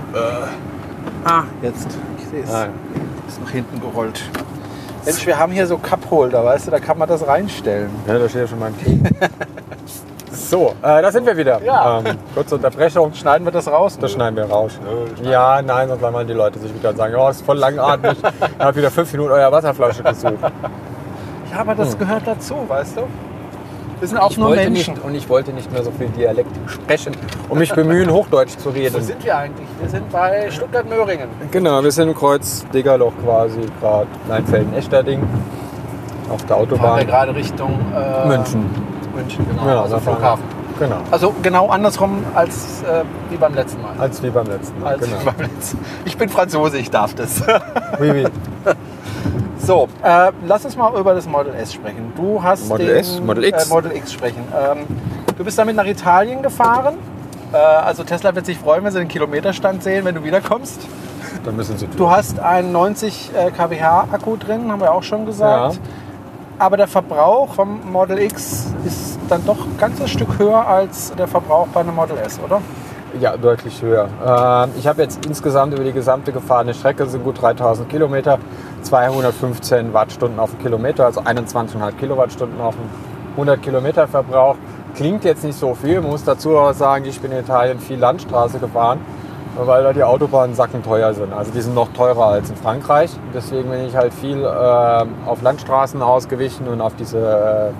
[SPEAKER 1] Jetzt. Ich sehe es. Ist nach hinten gerollt. Mensch, wir haben hier so Cupholder, weißt du, da kann man das reinstellen.
[SPEAKER 2] Ja, da steht ja schon mein Tee. So, da sind wir wieder.
[SPEAKER 1] Ja.
[SPEAKER 2] Kurze Unterbrechung.
[SPEAKER 1] Schneiden wir das raus?
[SPEAKER 2] Das schneiden wir raus. Ja, nein, sonst werden die Leute sich wieder sagen, oh, ist voll langatmig. Ich habe wieder 5 Minuten euer Wasserflasche gesucht.
[SPEAKER 1] Ja, aber das gehört dazu, weißt du? Wir sind auch nur Menschen.
[SPEAKER 2] Ich wollte nicht mehr so viel Dialekt sprechen und mich bemühen, Hochdeutsch zu reden.
[SPEAKER 1] Wo sind wir eigentlich? Wir sind bei Stuttgart-Möhringen.
[SPEAKER 2] Genau, wir sind im Kreuz Degerloch quasi, gerade Leinfelden-Echterding auf der Autobahn.
[SPEAKER 1] Fahren wir gerade Richtung
[SPEAKER 2] München.
[SPEAKER 1] München, genau,
[SPEAKER 2] Ja,
[SPEAKER 1] also
[SPEAKER 2] da fahren
[SPEAKER 1] Flughafen.
[SPEAKER 2] Genau.
[SPEAKER 1] Also genau andersrum als wie beim letzten Mal.
[SPEAKER 2] Als wie beim letzten Mal.
[SPEAKER 1] Als wie beim letzten. Ich bin Franzose, ich darf das.
[SPEAKER 2] Oui, oui.
[SPEAKER 1] So, lass uns mal über das Model S sprechen. Du hast
[SPEAKER 2] Model S? Model X?
[SPEAKER 1] Model X sprechen. Du bist damit nach Italien gefahren. Also Tesla wird sich freuen, wenn sie den Kilometerstand sehen, wenn du wiederkommst.
[SPEAKER 2] Dann müssen sie tun.
[SPEAKER 1] Du hast einen 90 kWh Akku drin, haben wir auch schon gesagt.
[SPEAKER 2] Ja.
[SPEAKER 1] Aber der Verbrauch vom Model X ist dann doch ein ganzes Stück höher als der Verbrauch bei einem Model S, oder?
[SPEAKER 2] Ja, deutlich höher. Ich habe jetzt insgesamt über die gesamte gefahrene Strecke, sind gut 3000 Kilometer, 215 Wattstunden auf den Kilometer, also 21,5 Kilowattstunden auf den 100 Kilometer Verbrauch. Klingt jetzt nicht so viel, man muss dazu aber sagen, ich bin in Italien viel Landstraße gefahren, weil da die Autobahnen sackenteuer sind. Also die sind noch teurer als in Frankreich. Deswegen bin ich halt viel auf Landstraßen ausgewichen und auf diese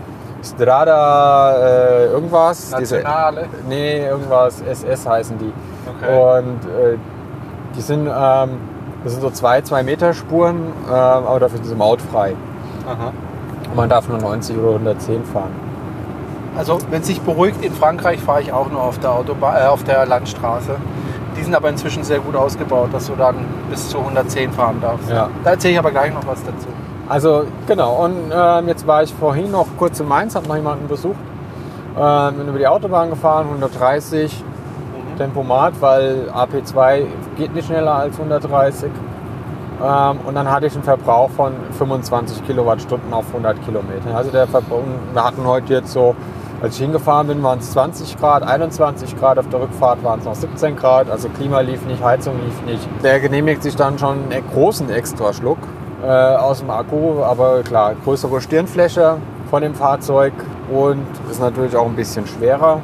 [SPEAKER 2] Strada irgendwas.
[SPEAKER 1] Nationale?
[SPEAKER 2] Irgendwas, SS heißen die.
[SPEAKER 1] Okay.
[SPEAKER 2] Und die sind, das sind so 2 Meter Spuren, aber dafür sind sie mautfrei.
[SPEAKER 1] Aha.
[SPEAKER 2] Und man darf nur 90 oder 110 fahren.
[SPEAKER 1] Also wenn es sich beruhigt, in Frankreich fahre ich auch nur auf der auf der Landstraße. Die sind aber inzwischen sehr gut ausgebaut, dass du dann bis zu 110 fahren darfst.
[SPEAKER 2] Ja.
[SPEAKER 1] Da erzähle ich aber gleich noch was dazu.
[SPEAKER 2] Also genau, und jetzt war ich vorhin noch kurz in Mainz, habe noch jemanden besucht. Bin über die Autobahn gefahren, 130 Tempomat, weil AP2 geht nicht schneller als 130. Und dann hatte ich einen Verbrauch von 25 Kilowattstunden auf 100 Kilometer. Also der Verbrauch, wir hatten heute jetzt so, als ich hingefahren bin, waren es 20 Grad, 21 Grad, auf der Rückfahrt waren es noch 17 Grad. Also Klima lief nicht, Heizung lief nicht. Der genehmigt sich dann schon einen großen Extraschluck aus dem Akku, aber klar, größere Stirnfläche von dem Fahrzeug und ist natürlich auch ein bisschen schwerer.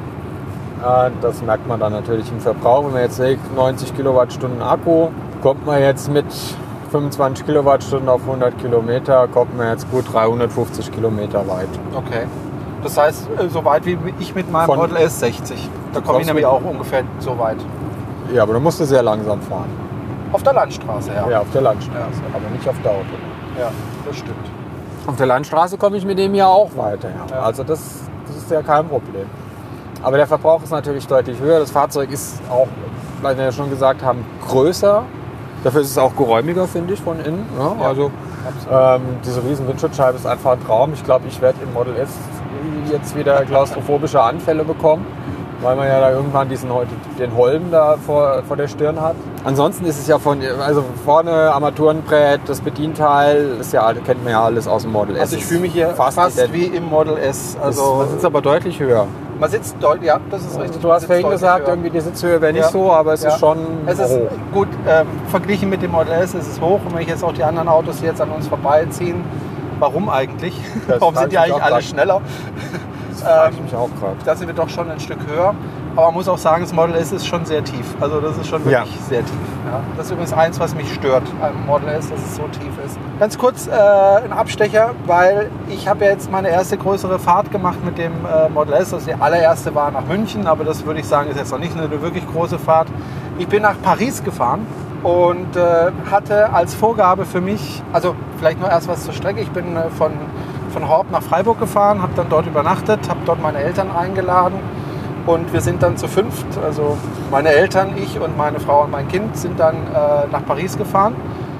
[SPEAKER 2] Das merkt man dann natürlich im Verbrauch. Wenn man jetzt 90 Kilowattstunden Akku, kommt man jetzt mit 25 Kilowattstunden auf 100 Kilometer, kommt man jetzt gut 350 Kilometer weit.
[SPEAKER 1] Okay. Das heißt, so weit wie ich mit meinem Model S 60. Da komme ich nämlich auch ungefähr so weit.
[SPEAKER 2] Ja, aber du musst sehr langsam fahren.
[SPEAKER 1] Auf der Landstraße, ja.
[SPEAKER 2] Ja, auf der Landstraße, aber nicht auf der Autobahn.
[SPEAKER 1] Ja, das stimmt.
[SPEAKER 2] Auf der Landstraße komme ich mit dem ja auch weiter. Ja. Also das ist ja kein Problem. Aber der Verbrauch ist natürlich deutlich höher. Das Fahrzeug ist auch, weil wir ja schon gesagt haben, größer. Dafür ist es auch geräumiger, finde ich, von innen. Ja,
[SPEAKER 1] ja,
[SPEAKER 2] also diese riesen Windschutzscheibe ist einfach ein Traum. Ich glaube, ich werde im Model S jetzt wieder klaustrophobische Anfälle bekommen, weil man ja da irgendwann den Holm da vor der Stirn hat. Ansonsten ist es ja also vorne Armaturenbrett, das Bedienteil, ist ja, kennt man ja alles aus dem Model S.
[SPEAKER 1] Also ich fühle mich hier fast wie im Model S. Also
[SPEAKER 2] man sitzt aber deutlich höher.
[SPEAKER 1] Man sitzt deutlich, ja, das ist richtig.
[SPEAKER 2] Du hast vorhin gesagt, irgendwie die Sitzhöhe wäre nicht so, aber es ist schon
[SPEAKER 1] es ist
[SPEAKER 2] hoch.
[SPEAKER 1] Gut, verglichen mit dem Model S ist es hoch. Und wenn ich jetzt auch die anderen Autos, die jetzt an uns vorbeiziehen, warum eigentlich? Warum sind die eigentlich alle schneller?
[SPEAKER 2] Das frage ich mich auch gerade.
[SPEAKER 1] Da sind wir doch schon ein Stück höher. Aber man muss auch sagen, das Model S ist schon sehr tief. Also das ist schon wirklich sehr tief. Ja. Das ist übrigens eins, was mich stört am Model S, dass es so tief ist. Ganz kurz ein Abstecher, weil ich habe ja jetzt meine erste größere Fahrt gemacht mit dem Model S. Also die allererste war nach München, aber das würde ich sagen, ist jetzt noch nicht eine wirklich große Fahrt. Ich bin nach Paris gefahren und hatte als Vorgabe für mich, also vielleicht nur erst was zur Strecke. Ich bin von Horb nach Freiburg gefahren, habe dann dort übernachtet, habe dort meine Eltern eingeladen. Und wir sind dann zu fünft, also meine Eltern, ich und meine Frau und mein Kind sind dann nach Paris gefahren.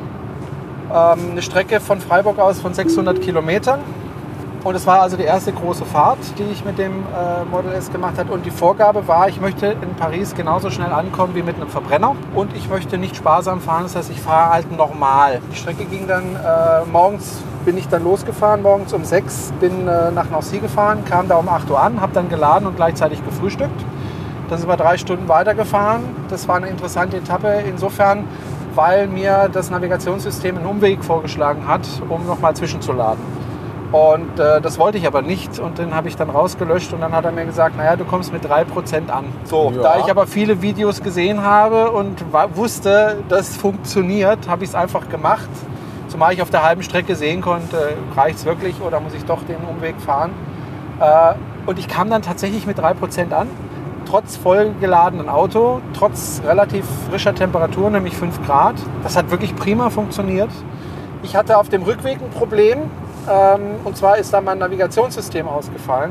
[SPEAKER 1] Eine Strecke von Freiburg aus von 600 Kilometern. Und es war also die erste große Fahrt, die ich mit dem Model S gemacht habe. Und die Vorgabe war, ich möchte in Paris genauso schnell ankommen wie mit einem Verbrenner. Und ich möchte nicht sparsam fahren, das heißt, ich fahre halt normal. Die Strecke ging dann morgens bin ich dann losgefahren, morgens um 6, bin nach Nancy gefahren, kam da um 8 Uhr an, habe dann geladen und gleichzeitig gefrühstückt. Dann sind wir 3 Stunden weitergefahren. Das war eine interessante Etappe insofern, weil mir das Navigationssystem einen Umweg vorgeschlagen hat, um nochmal zwischenzuladen. Und das wollte ich aber nicht und den habe ich dann rausgelöscht und dann hat er mir gesagt, naja, du kommst mit 3% an. So, ja. Da ich aber viele Videos gesehen habe und wusste, das funktioniert, habe ich es einfach gemacht. Zumal ich auf der halben Strecke sehen konnte, reicht es wirklich oder muss ich doch den Umweg fahren. Und ich kam dann tatsächlich mit 3% an, trotz vollgeladenen Auto, trotz relativ frischer Temperatur, nämlich 5 Grad. Das hat wirklich prima funktioniert. Ich hatte auf dem Rückweg ein Problem. Und zwar ist da mein Navigationssystem ausgefallen.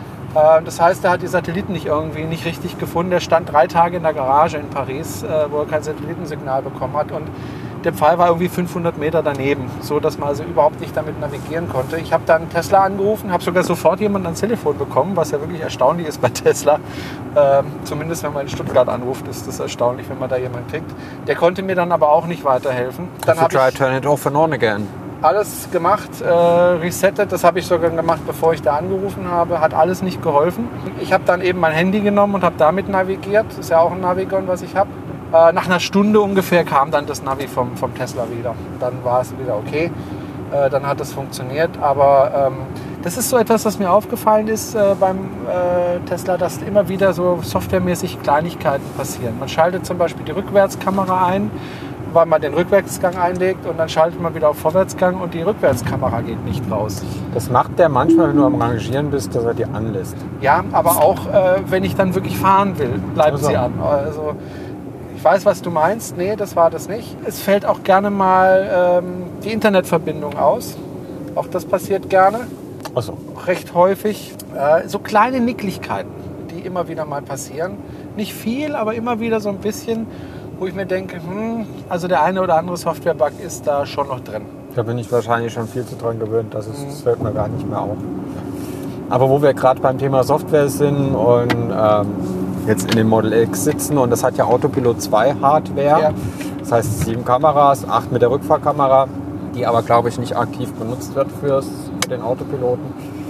[SPEAKER 1] Das heißt, er hat die Satelliten nicht richtig gefunden. Der stand 3 Tage in der Garage in Paris, wo er kein Satellitensignal bekommen hat. Und der Pfeil war irgendwie 500 Meter daneben, so dass man also überhaupt nicht damit navigieren konnte. Ich habe dann Tesla angerufen, habe sogar sofort jemanden ans Telefon bekommen, was ja wirklich erstaunlich ist bei Tesla. Zumindest wenn man in Stuttgart anruft, ist das erstaunlich, wenn man da jemanden kriegt. Der konnte mir dann aber auch nicht weiterhelfen. Dann habe ich
[SPEAKER 2] turn it off and on again.
[SPEAKER 1] Alles gemacht, resettet, das habe ich sogar gemacht, bevor ich da angerufen habe, hat alles nicht geholfen. Ich habe dann eben mein Handy genommen und habe damit navigiert, das ist ja auch ein Navigon, was ich habe. Nach einer Stunde ungefähr kam dann das Navi vom Tesla wieder. Dann war es wieder okay, dann hat es funktioniert. Aber das ist so etwas, was mir aufgefallen ist beim Tesla, dass immer wieder so softwaremäßig Kleinigkeiten passieren. Man schaltet zum Beispiel die Rückwärtskamera ein, weil man den Rückwärtsgang einlegt und dann schaltet man wieder auf Vorwärtsgang und die Rückwärtskamera geht nicht raus.
[SPEAKER 2] Das macht der manchmal, wenn du am Rangieren bist, dass er die anlässt.
[SPEAKER 1] Ja, aber auch wenn ich dann wirklich fahren will, bleibt sie an. Also ich weiß, was du meinst. Nee, das war das nicht. Es fällt auch gerne mal die Internetverbindung aus. Auch das passiert gerne.
[SPEAKER 2] Ach so.
[SPEAKER 1] Recht häufig. So kleine Nicklichkeiten, die immer wieder mal passieren. Nicht viel, aber immer wieder so ein bisschen, wo ich mir denke, also der eine oder andere Software-Bug ist da schon noch drin.
[SPEAKER 2] Da bin ich wahrscheinlich schon viel zu dran gewöhnt, das fällt mir gar nicht mehr auf. Aber wo wir gerade beim Thema Software sind und jetzt in dem Model X sitzen und das hat ja Autopilot 2 Hardware, ja. Das heißt 7 Kameras, 8 mit der Rückfahrkamera, die aber glaube ich nicht aktiv benutzt wird für den Autopiloten.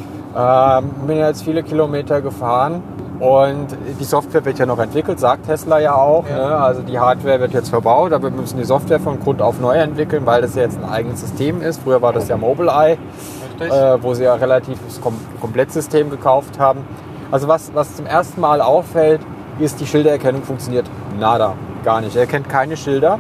[SPEAKER 2] Bin jetzt viele Kilometer gefahren. Und die Software wird ja noch entwickelt, sagt Tesla ja auch. Ja. Ne? Also die Hardware wird jetzt verbaut, aber wir müssen die Software von Grund auf neu entwickeln, weil das ja jetzt ein eigenes System ist. Früher war das ja Mobileye, wo sie ja relativ das Komplettsystem gekauft haben. Also was zum ersten Mal auffällt, ist, die Schildererkennung funktioniert nada, gar nicht. Er kennt keine Schilder,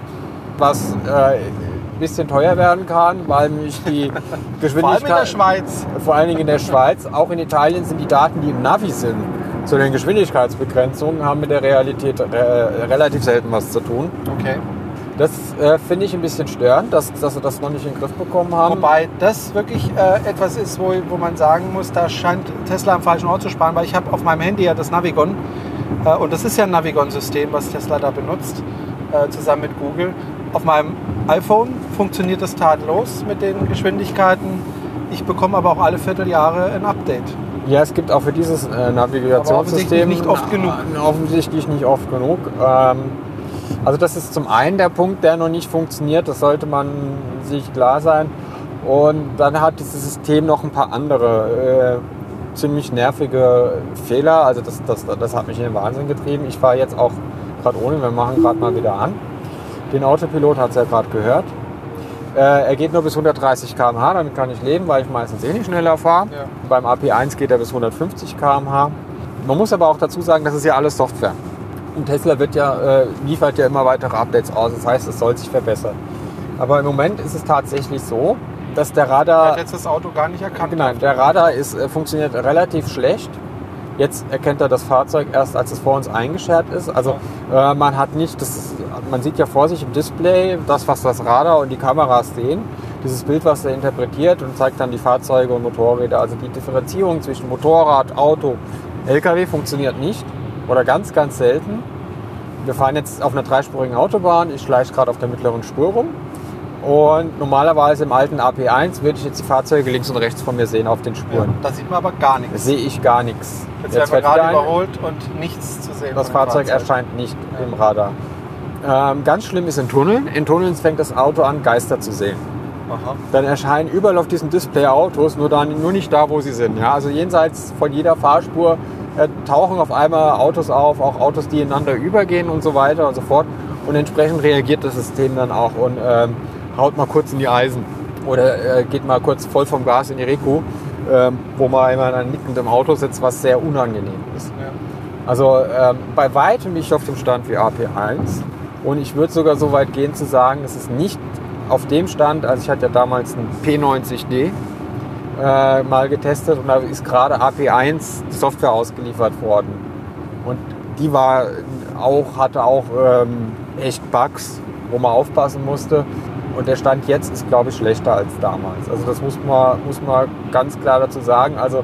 [SPEAKER 2] was ein bisschen teuer werden kann, weil mich die Geschwindigkeit...
[SPEAKER 1] Vor allem in der Schweiz.
[SPEAKER 2] Vor allen Dingen in der Schweiz. Auch in Italien sind die Daten, die im Navi sind, zu den Geschwindigkeitsbegrenzungen, haben mit der Realität relativ selten was zu tun.
[SPEAKER 1] Okay.
[SPEAKER 2] Das finde ich ein bisschen störend, dass sie das noch nicht in den Griff bekommen haben.
[SPEAKER 1] Wobei das wirklich etwas ist, wo man sagen muss, da scheint Tesla am falschen Ort zu sparen, weil ich habe auf meinem Handy ja das Navigon und das ist ja ein Navigon-System, was Tesla da benutzt, zusammen mit Google. Auf meinem iPhone funktioniert das tadellos mit den Geschwindigkeiten. Ich bekomme aber auch alle Vierteljahre ein Update.
[SPEAKER 2] Ja, es gibt auch für dieses Navigationssystem
[SPEAKER 1] nicht oft genug.
[SPEAKER 2] Offensichtlich nicht oft genug. Also das ist zum einen der Punkt, der noch nicht funktioniert. Das sollte man sich klar sein. Und dann hat dieses System noch ein paar andere ziemlich nervige Fehler. Also das hat mich in den Wahnsinn getrieben. Ich fahre jetzt auch gerade ohne. Wir machen gerade mal wieder an. Den Autopilot hat es ja gerade gehört. Er geht nur bis 130 km/h, damit kann ich leben, weil ich meistens nicht schneller fahre. Ja. Beim AP1 geht er bis 150 km/h. Man muss aber auch dazu sagen, das ist ja alles Software. Und Tesla liefert ja immer weitere Updates aus, das heißt, es soll sich verbessern. Aber im Moment ist es tatsächlich so, dass der Radar...
[SPEAKER 1] Er hat jetzt das Auto gar nicht erkannt.
[SPEAKER 2] Nein, der Radar funktioniert relativ schlecht. Jetzt erkennt er das Fahrzeug erst, als es vor uns eingeschert ist. Also man hat nicht, man sieht ja vor sich im Display das, was das Radar und die Kameras sehen. Dieses Bild, was er interpretiert und zeigt dann die Fahrzeuge und Motorräder. Also die Differenzierung zwischen Motorrad, Auto, LKW funktioniert nicht oder ganz, ganz selten. Wir fahren jetzt auf einer dreispurigen Autobahn. Ich schleiche gerade auf der mittleren Spur rum. Und normalerweise im alten AP1 würde ich jetzt die Fahrzeuge links und rechts von mir sehen auf den Spuren.
[SPEAKER 1] Ja, da sieht man aber gar nichts.
[SPEAKER 2] Da sehe ich gar nichts.
[SPEAKER 1] Jetzt werden wir gerade überholt und nichts zu sehen.
[SPEAKER 2] Das Fahrzeug erscheint nicht im Radar. Ganz schlimm ist in Tunneln. In Tunneln fängt das Auto an, Geister zu sehen.
[SPEAKER 1] Aha.
[SPEAKER 2] Dann erscheinen überall auf diesem Display Autos, nur nicht da, wo sie sind. Ja? Also jenseits von jeder Fahrspur tauchen auf einmal Autos auf, auch Autos, die ineinander übergehen und so weiter und so fort. Und entsprechend reagiert das System dann auch und haut mal kurz in die Eisen oder geht mal kurz voll vom Gas in die Reku, wo man immer dann nickend im Auto sitzt, was sehr unangenehm ist. Ja. Also bei weitem nicht auf dem Stand wie AP1 und ich würde sogar so weit gehen zu sagen, es ist nicht auf dem Stand, also ich hatte ja damals einen P90D mal getestet und da ist gerade AP1 Software ausgeliefert worden und die hatte auch echt Bugs, wo man aufpassen musste. Und der Stand jetzt ist, glaube ich, schlechter als damals. Also das muss man ganz klar dazu sagen. Also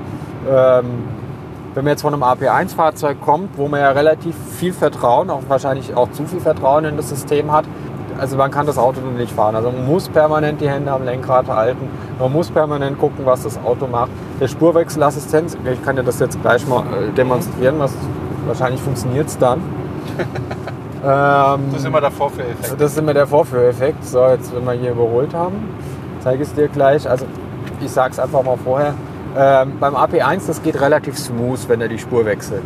[SPEAKER 2] wenn man jetzt von einem AP1-Fahrzeug kommt, wo man ja relativ viel Vertrauen, auch wahrscheinlich auch zu viel Vertrauen in das System hat, also man kann das Auto nur nicht fahren. Also man muss permanent die Hände am Lenkrad halten. Man muss permanent gucken, was das Auto macht. Der Spurwechselassistenz, ich kann dir das jetzt gleich mal demonstrieren, wahrscheinlich funktioniert es dann.
[SPEAKER 1] Das ist immer der Vorführeffekt.
[SPEAKER 2] Das ist immer der Vorführeffekt. So, jetzt, wenn wir hier überholt haben, zeige ich es dir gleich. Also, ich sage es einfach mal vorher. Beim AP1, das geht relativ smooth, wenn er die Spur wechselt.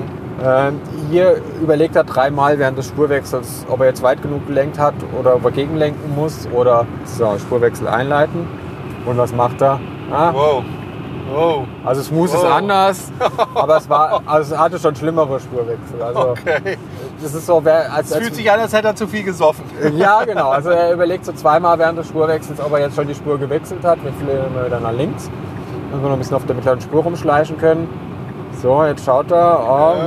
[SPEAKER 2] Hier überlegt er dreimal während des Spurwechsels, ob er jetzt weit genug gelenkt hat oder ob er gegenlenken muss oder Spurwechsel einleiten. Und was macht er?
[SPEAKER 1] Wow.
[SPEAKER 2] Also smooth ist anders, aber es hatte schon schlimmere Spurwechsel. Also,
[SPEAKER 1] okay.
[SPEAKER 2] Das ist so,
[SPEAKER 1] es fühlt sich an, als hätte er zu viel gesoffen.
[SPEAKER 2] Ja, genau. Also er überlegt so zweimal während des Spurwechsels, ob er jetzt schon die Spur gewechselt hat. Wir fliegen wieder nach links, damit wir noch ein bisschen auf der mittleren Spur rumschleichen können. So, jetzt schaut er.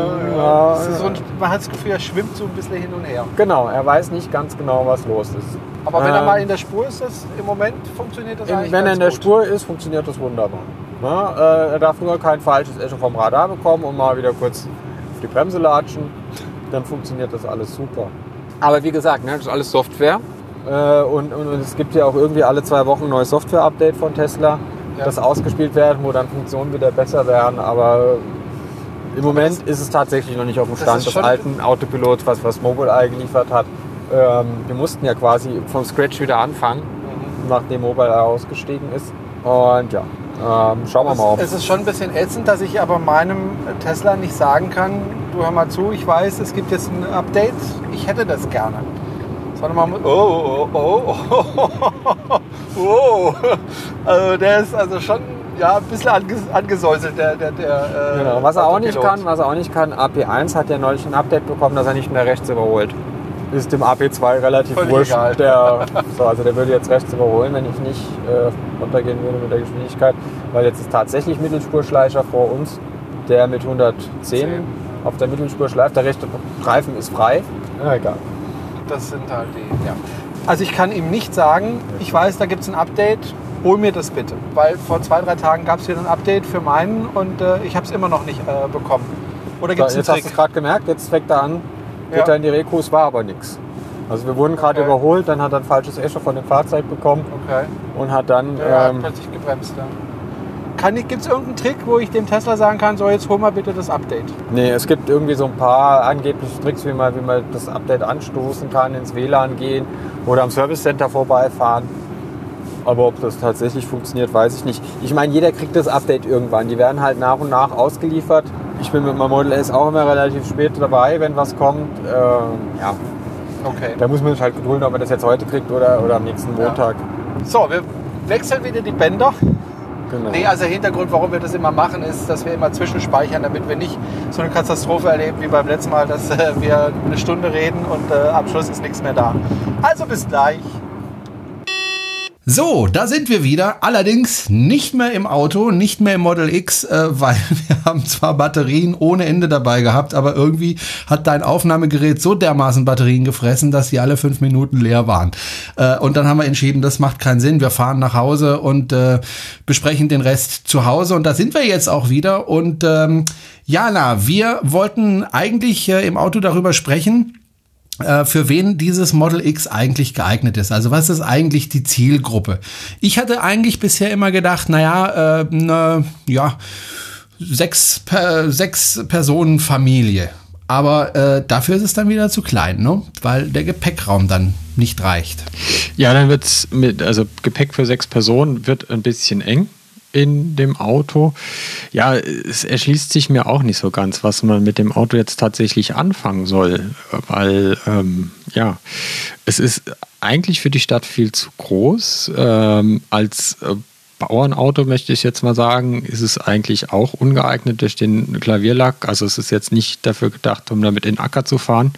[SPEAKER 1] Man hat das Gefühl, er schwimmt so ein bisschen hin und her.
[SPEAKER 2] Genau, er weiß nicht ganz genau, was los ist.
[SPEAKER 1] Aber wenn er mal in der Spur ist, im Moment funktioniert das eigentlich
[SPEAKER 2] Wenn er in der
[SPEAKER 1] gut.
[SPEAKER 2] Spur ist, funktioniert das wunderbar. Er darf nur kein falsches Echo vom Radar bekommen und mal wieder kurz auf die Bremse latschen. Dann funktioniert das alles super. Aber wie gesagt, das ist alles Software. Und es gibt ja auch irgendwie alle 2 Wochen ein neues Software-Update von Tesla, das ausgespielt werden, wo dann Funktionen wieder besser werden. Aber im Moment ist es tatsächlich noch nicht auf dem Stand des alten Autopilots, was Mobileye geliefert hat. Wir mussten ja quasi vom Scratch wieder anfangen, nachdem Mobileye ausgestiegen ist. Und ja, schauen wir mal.
[SPEAKER 1] Es ist schon ein bisschen ätzend, dass ich aber meinem Tesla nicht sagen kann, du hör mal zu, ich weiß, es gibt jetzt ein Update, ich hätte das gerne. Also der ist also schon ein bisschen angesäuselt,
[SPEAKER 2] genau. Was er auch nicht kann, AP1 hat ja neulich ein Update bekommen, dass er nicht mehr rechts überholt. Ist dem AP2 relativ wurscht. Also der würde jetzt rechts überholen, wenn ich nicht runtergehen würde mit der Geschwindigkeit. Weil jetzt ist tatsächlich Mittelspurschleicher vor uns, der mit 110 auf der Mittelspur schleift. Der rechte Streifen ist frei. Ja, egal.
[SPEAKER 1] Das sind halt die, ja. Also ich kann ihm nicht sagen, ich weiß, da gibt es ein Update, hol mir das bitte. Weil vor 2-3 Tagen gab es wieder ein Update für meinen und ich habe es immer noch nicht bekommen. Oder gibt es einen
[SPEAKER 2] Trick? Jetzt hast du es gerade gemerkt, jetzt fängt er an, geht er in die Reku, es war aber nichts. Also wir wurden gerade überholt, dann hat er ein falsches Echo von dem Fahrzeug bekommen und hat dann...
[SPEAKER 1] hat plötzlich gebremst, ja. Gibt es irgendeinen Trick, wo ich dem Tesla sagen kann, so jetzt hol mal bitte das Update?
[SPEAKER 2] Nee, es gibt irgendwie so ein paar angebliche Tricks, wie man das Update anstoßen kann, ins WLAN gehen oder am Service Center vorbeifahren. Aber ob das tatsächlich funktioniert, weiß ich nicht. Ich meine, jeder kriegt das Update irgendwann. Die werden halt nach und nach ausgeliefert. Ich bin mit meinem Model S auch immer relativ spät dabei, wenn was kommt.
[SPEAKER 1] Okay.
[SPEAKER 2] Da muss man sich halt gedulden, ob man das jetzt heute kriegt oder am nächsten Montag.
[SPEAKER 1] Ja. So, wir wechseln wieder die Bänder. Genau. Nee, also der Hintergrund, warum wir das immer machen, ist, dass wir immer zwischenspeichern, damit wir nicht so eine Katastrophe erleben wie beim letzten Mal, dass wir eine Stunde reden und am Schluss ist nichts mehr da. Also bis gleich.
[SPEAKER 3] So, da sind wir wieder. Allerdings nicht mehr im Auto, nicht mehr im Model X, weil wir haben zwar Batterien ohne Ende dabei gehabt, aber irgendwie hat dein Aufnahmegerät so dermaßen Batterien gefressen, dass sie alle 5 Minuten leer waren. Und dann haben wir entschieden, das macht keinen Sinn. Wir fahren nach Hause und besprechen den Rest zu Hause. Und da sind wir jetzt auch wieder. Und Jana, wir wollten eigentlich im Auto darüber sprechen, für wen dieses Model X eigentlich geeignet ist. Also was ist eigentlich die Zielgruppe? Ich hatte eigentlich bisher immer gedacht, 6 Personen Familie. Aber dafür ist es dann wieder zu klein, ne? Weil der Gepäckraum dann nicht reicht.
[SPEAKER 2] Ja, dann wird es also Gepäck für 6 Personen wird ein bisschen eng in dem Auto. Ja, es erschließt sich mir auch nicht so ganz, was man mit dem Auto jetzt tatsächlich anfangen soll, weil es ist eigentlich für die Stadt viel zu groß. Als Bauernauto, möchte ich jetzt mal sagen, ist es eigentlich auch ungeeignet durch den Klavierlack. Also es ist jetzt nicht dafür gedacht, um damit in den Acker zu fahren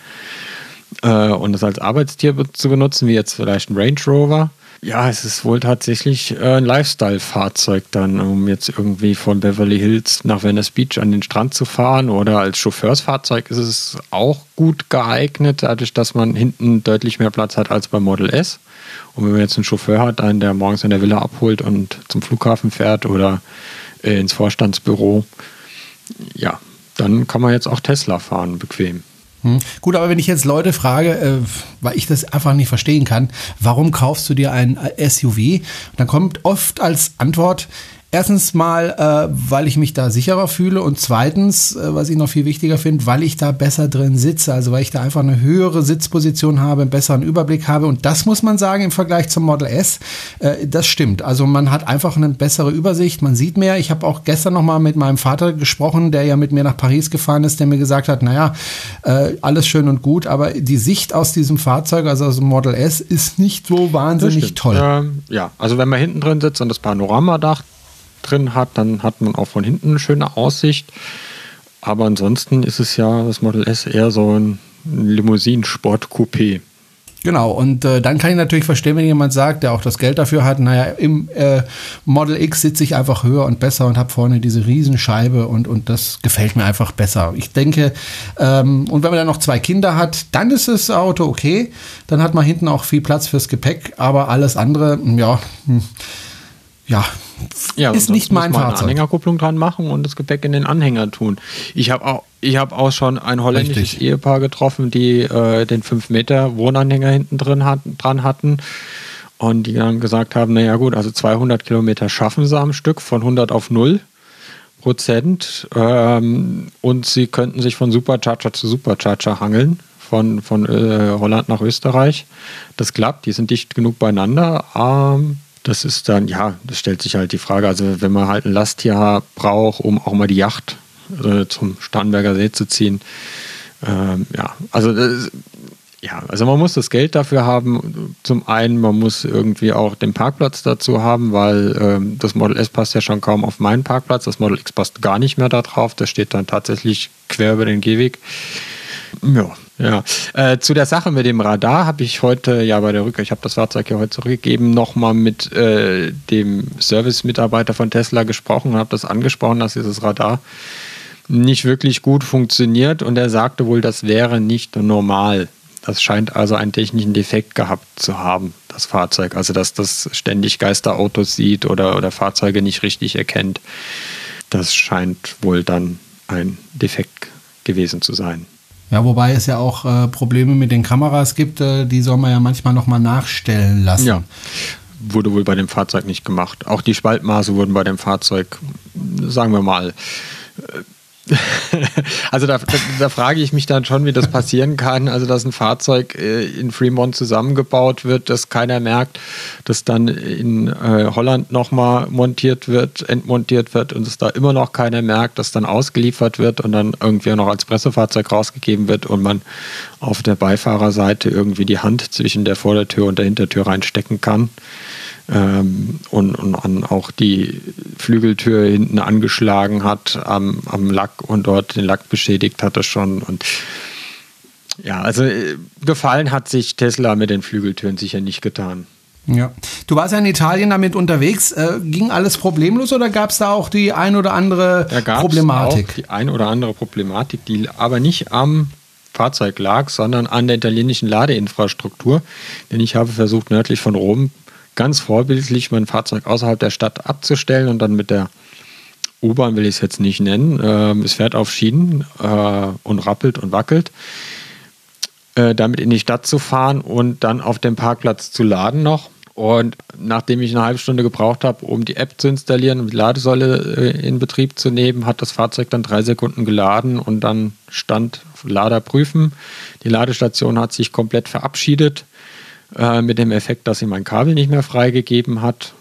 [SPEAKER 2] und es als Arbeitstier zu benutzen, wie jetzt vielleicht ein Range Rover. Ja, es ist wohl tatsächlich ein Lifestyle-Fahrzeug dann, um jetzt irgendwie von Beverly Hills nach Venice Beach an den Strand zu fahren, oder als Chauffeursfahrzeug ist es auch gut geeignet, dadurch, dass man hinten deutlich mehr Platz hat als beim Model S. Und wenn man jetzt einen Chauffeur hat, einen, der morgens in der Villa abholt und zum Flughafen fährt oder ins Vorstandsbüro, ja, dann kann man jetzt auch Tesla fahren, bequem.
[SPEAKER 3] Gut, aber wenn ich jetzt Leute frage, weil ich das einfach nicht verstehen kann, warum kaufst du dir ein SUV? Dann kommt oft als Antwort, erstens mal, weil ich mich da sicherer fühle, und zweitens, was ich noch viel wichtiger finde, weil ich da besser drin sitze, also weil ich da einfach eine höhere Sitzposition habe, einen besseren Überblick habe, und das muss man sagen im Vergleich zum Model S, das stimmt. Also man hat einfach eine bessere Übersicht, man sieht mehr. Ich habe auch gestern noch mal mit meinem Vater gesprochen, der ja mit mir nach Paris gefahren ist, der mir gesagt hat, naja, alles schön und gut, aber die Sicht aus diesem Fahrzeug, also aus dem Model S, ist nicht so wahnsinnig toll.
[SPEAKER 2] Ja, also wenn man hinten drin sitzt und das Panoramadach drin hat, dann hat man auch von hinten eine schöne Aussicht. Aber ansonsten ist es ja das Model S eher so ein Limousinen-Sport-Coupé.
[SPEAKER 3] Genau, und dann kann ich natürlich verstehen, wenn jemand sagt, der auch das Geld dafür hat, naja, im Model X sitze ich einfach höher und besser und habe vorne diese Riesenscheibe und das gefällt mir einfach besser. Ich denke, und wenn man dann noch 2 Kinder hat, dann ist das Auto okay, dann hat man hinten auch viel Platz fürs Gepäck, aber alles andere, ist nicht mein Fahrzeug.
[SPEAKER 2] Eine Anhängerkupplung dran machen und das Gepäck in den Anhänger tun. Ich habe auch schon ein holländisches Ehepaar getroffen, die den 5 Meter Wohnanhänger hinten dran hatten und die dann gesagt haben, naja gut, also 200 Kilometer schaffen sie am Stück von 100 auf 0%, und sie könnten sich von Supercharger zu Supercharger hangeln, von Holland nach Österreich. Das klappt, die sind dicht genug beieinander. Das ist dann, das stellt sich halt die Frage, also wenn man halt ein Lasttier braucht, um auch mal die Yacht zum Starnberger See zu ziehen, also man muss das Geld dafür haben. Zum einen, man muss irgendwie auch den Parkplatz dazu haben, weil das Model S passt ja schon kaum auf meinen Parkplatz, das Model X passt gar nicht mehr da drauf, das steht dann tatsächlich quer über den Gehweg. Ja. Zu der Sache mit dem Radar habe ich heute bei der Rückkehr, ich habe das Fahrzeug ja heute zurückgegeben, nochmal mit dem Service-Mitarbeiter von Tesla gesprochen und habe das angesprochen, dass dieses Radar nicht wirklich gut funktioniert, und er sagte wohl, das wäre nicht normal. Das scheint also einen technischen Defekt gehabt zu haben, das Fahrzeug. Also dass das ständig Geisterautos sieht oder Fahrzeuge nicht richtig erkennt. Das scheint wohl dann ein Defekt gewesen zu sein.
[SPEAKER 3] Ja, wobei es ja auch Probleme mit den Kameras gibt, die soll man ja manchmal nochmal nachstellen lassen.
[SPEAKER 2] Ja, wurde wohl bei dem Fahrzeug nicht gemacht. Auch die Spaltmaße wurden bei dem Fahrzeug, sagen wir mal, also da frage ich mich dann schon, wie das passieren kann, also dass ein Fahrzeug in Fremont zusammengebaut wird, das keiner merkt, das dann in Holland nochmal entmontiert wird und es da immer noch keiner merkt, das dann ausgeliefert wird und dann irgendwie noch als Pressefahrzeug rausgegeben wird und man auf der Beifahrerseite irgendwie die Hand zwischen der Vordertür und der Hintertür reinstecken kann. Und auch die Flügeltür hinten angeschlagen hat am Lack und dort den Lack beschädigt hatte schon. Und ja, also gefallen hat sich Tesla mit den Flügeltüren sicher nicht getan.
[SPEAKER 3] Ja. Du warst ja in Italien damit unterwegs. Ging alles problemlos oder gab es da auch die ein oder andere Problematik?
[SPEAKER 2] Auch die ein oder andere Problematik, die aber nicht am Fahrzeug lag, sondern an der italienischen Ladeinfrastruktur. Denn ich habe versucht, nördlich von Rom ganz vorbildlich mein Fahrzeug außerhalb der Stadt abzustellen und dann mit der U-Bahn, will ich es jetzt nicht nennen, es fährt auf Schienen und rappelt und wackelt, damit in die Stadt zu fahren und dann auf dem Parkplatz zu laden noch. Und nachdem ich eine halbe Stunde gebraucht habe, um die App zu installieren und die Ladesäule in Betrieb zu nehmen, hat das Fahrzeug dann 3 Sekunden geladen und dann stand Lader prüfen. Die Ladestation hat sich komplett verabschiedet mit dem Effekt, dass sie mein Kabel nicht mehr freigegeben hat.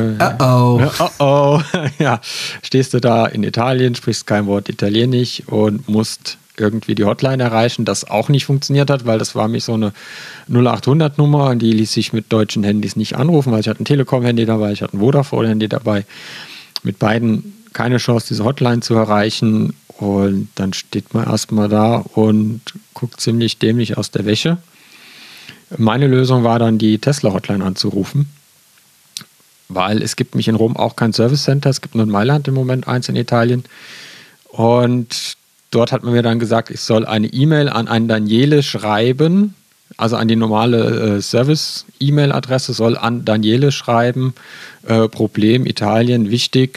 [SPEAKER 2] Ja, stehst du da in Italien, sprichst kein Wort Italienisch und musst irgendwie die Hotline erreichen, das auch nicht funktioniert hat, weil das war mich so eine 0800-Nummer und die ließ sich mit deutschen Handys nicht anrufen, weil ich hatte ein Telekom-Handy dabei, ich hatte ein Vodafone-Handy dabei. Mit beiden keine Chance, diese Hotline zu erreichen und dann steht man erstmal da und guckt ziemlich dämlich aus der Wäsche. Meine Lösung war dann, die Tesla-Hotline anzurufen, weil es gibt mich in Rom auch kein Service Center, es gibt nur in Mailand im Moment eins in Italien und dort hat man mir dann gesagt, ich soll eine E-Mail an einen Daniele schreiben, also an die normale Service-E-Mail-Adresse, soll an Daniele schreiben, Problem Italien, wichtig,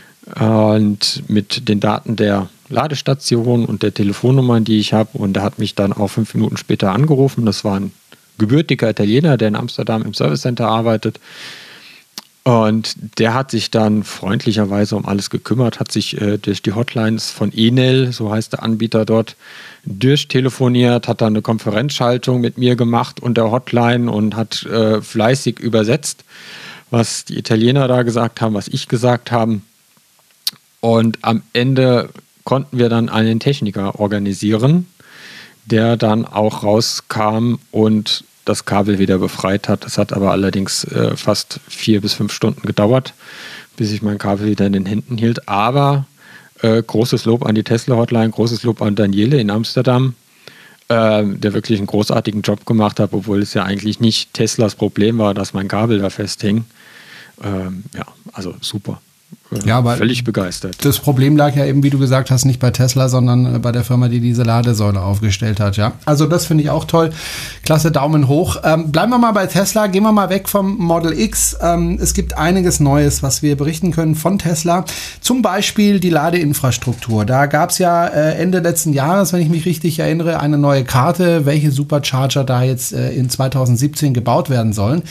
[SPEAKER 2] und mit den Daten der Ladestation und der Telefonnummern, die ich habe. Und er hat mich dann auch 5 Minuten später angerufen. Das war ein gebürtiger Italiener, der in Amsterdam im Service Center arbeitet. Und der hat sich dann freundlicherweise um alles gekümmert, hat sich durch die Hotlines von Enel, so heißt der Anbieter dort, durchtelefoniert, hat dann eine Konferenzschaltung mit mir gemacht und der Hotline und hat fleißig übersetzt, was die Italiener da gesagt haben, was ich gesagt habe. Und am Ende konnten wir dann einen Techniker organisieren, der dann auch rauskam und das Kabel wieder befreit hat. Das hat aber allerdings fast 4 bis 5 Stunden gedauert, bis ich mein Kabel wieder in den Händen hielt. Aber großes Lob an die Tesla-Hotline, großes Lob an Daniele in Amsterdam, der wirklich einen großartigen Job gemacht hat, obwohl es ja eigentlich nicht Teslas Problem war, dass mein Kabel da festhing. Ja, also super.
[SPEAKER 3] Ja, aber
[SPEAKER 2] völlig begeistert.
[SPEAKER 3] Das Problem lag ja eben, wie du gesagt hast, nicht bei Tesla, sondern bei der Firma, die diese Ladesäule aufgestellt hat. Ja, also das finde ich auch toll. Klasse, Daumen hoch. Bleiben wir mal bei Tesla, gehen wir mal weg vom Model X. Es gibt einiges Neues, was wir berichten können von Tesla. Zum Beispiel die Ladeinfrastruktur. Da gab es ja Ende letzten Jahres, wenn ich mich richtig erinnere, eine neue Karte, welche Supercharger da jetzt in 2017 gebaut werden sollen.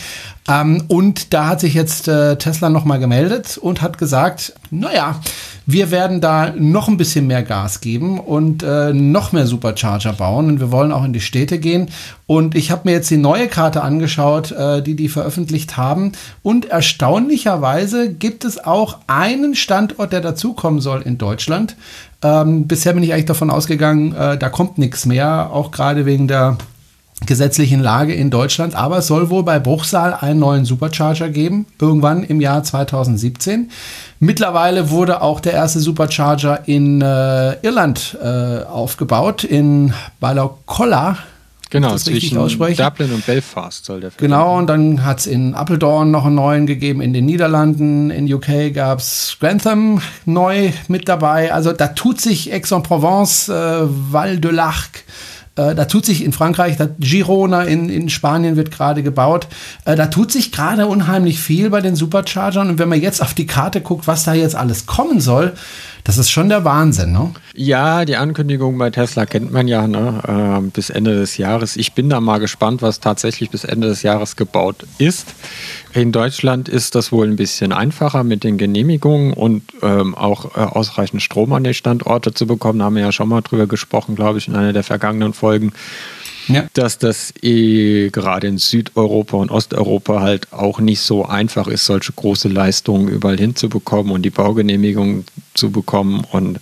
[SPEAKER 3] Und da hat sich jetzt Tesla nochmal gemeldet und hat gesagt, naja, wir werden da noch ein bisschen mehr Gas geben und noch mehr Supercharger bauen und wir wollen auch in die Städte gehen. Und ich habe mir jetzt die neue Karte angeschaut, die veröffentlicht haben. Und erstaunlicherweise gibt es auch einen Standort, der dazukommen soll in Deutschland. Bisher bin ich eigentlich davon ausgegangen, da kommt nichts mehr, auch gerade wegen der gesetzlichen Lage in Deutschland, aber es soll wohl bei Bruchsal einen neuen Supercharger geben, irgendwann im Jahr 2017. Mittlerweile wurde auch der erste Supercharger in Irland aufgebaut, in Balacolla.
[SPEAKER 2] Genau, zwischen Dublin und Belfast soll der
[SPEAKER 3] verbinden. Genau, und dann hat es in Apeldoorn noch einen neuen gegeben, in den Niederlanden, in UK gab es Grantham neu mit dabei. Also da tut sich Aix-en-Provence, Val de l'Arc, da tut sich in Frankreich, Girona in Spanien wird gerade gebaut. Da tut sich gerade unheimlich viel bei den Superchargern. Und wenn man jetzt auf die Karte guckt, was da jetzt alles kommen soll, das ist schon der Wahnsinn, ne?
[SPEAKER 2] Ja, die Ankündigung bei Tesla kennt man ja, ne? Bis Ende des Jahres. Ich bin da mal gespannt, was tatsächlich bis Ende des Jahres gebaut ist. In Deutschland ist das wohl ein bisschen einfacher mit den Genehmigungen und auch ausreichend Strom an die Standorte zu bekommen. Da haben wir ja schon mal drüber gesprochen, glaube ich, in einer der vergangenen Folgen. Ja. Dass das gerade in Südeuropa und Osteuropa halt auch nicht so einfach ist, solche große Leistungen überall hinzubekommen und die Baugenehmigung zu bekommen. Und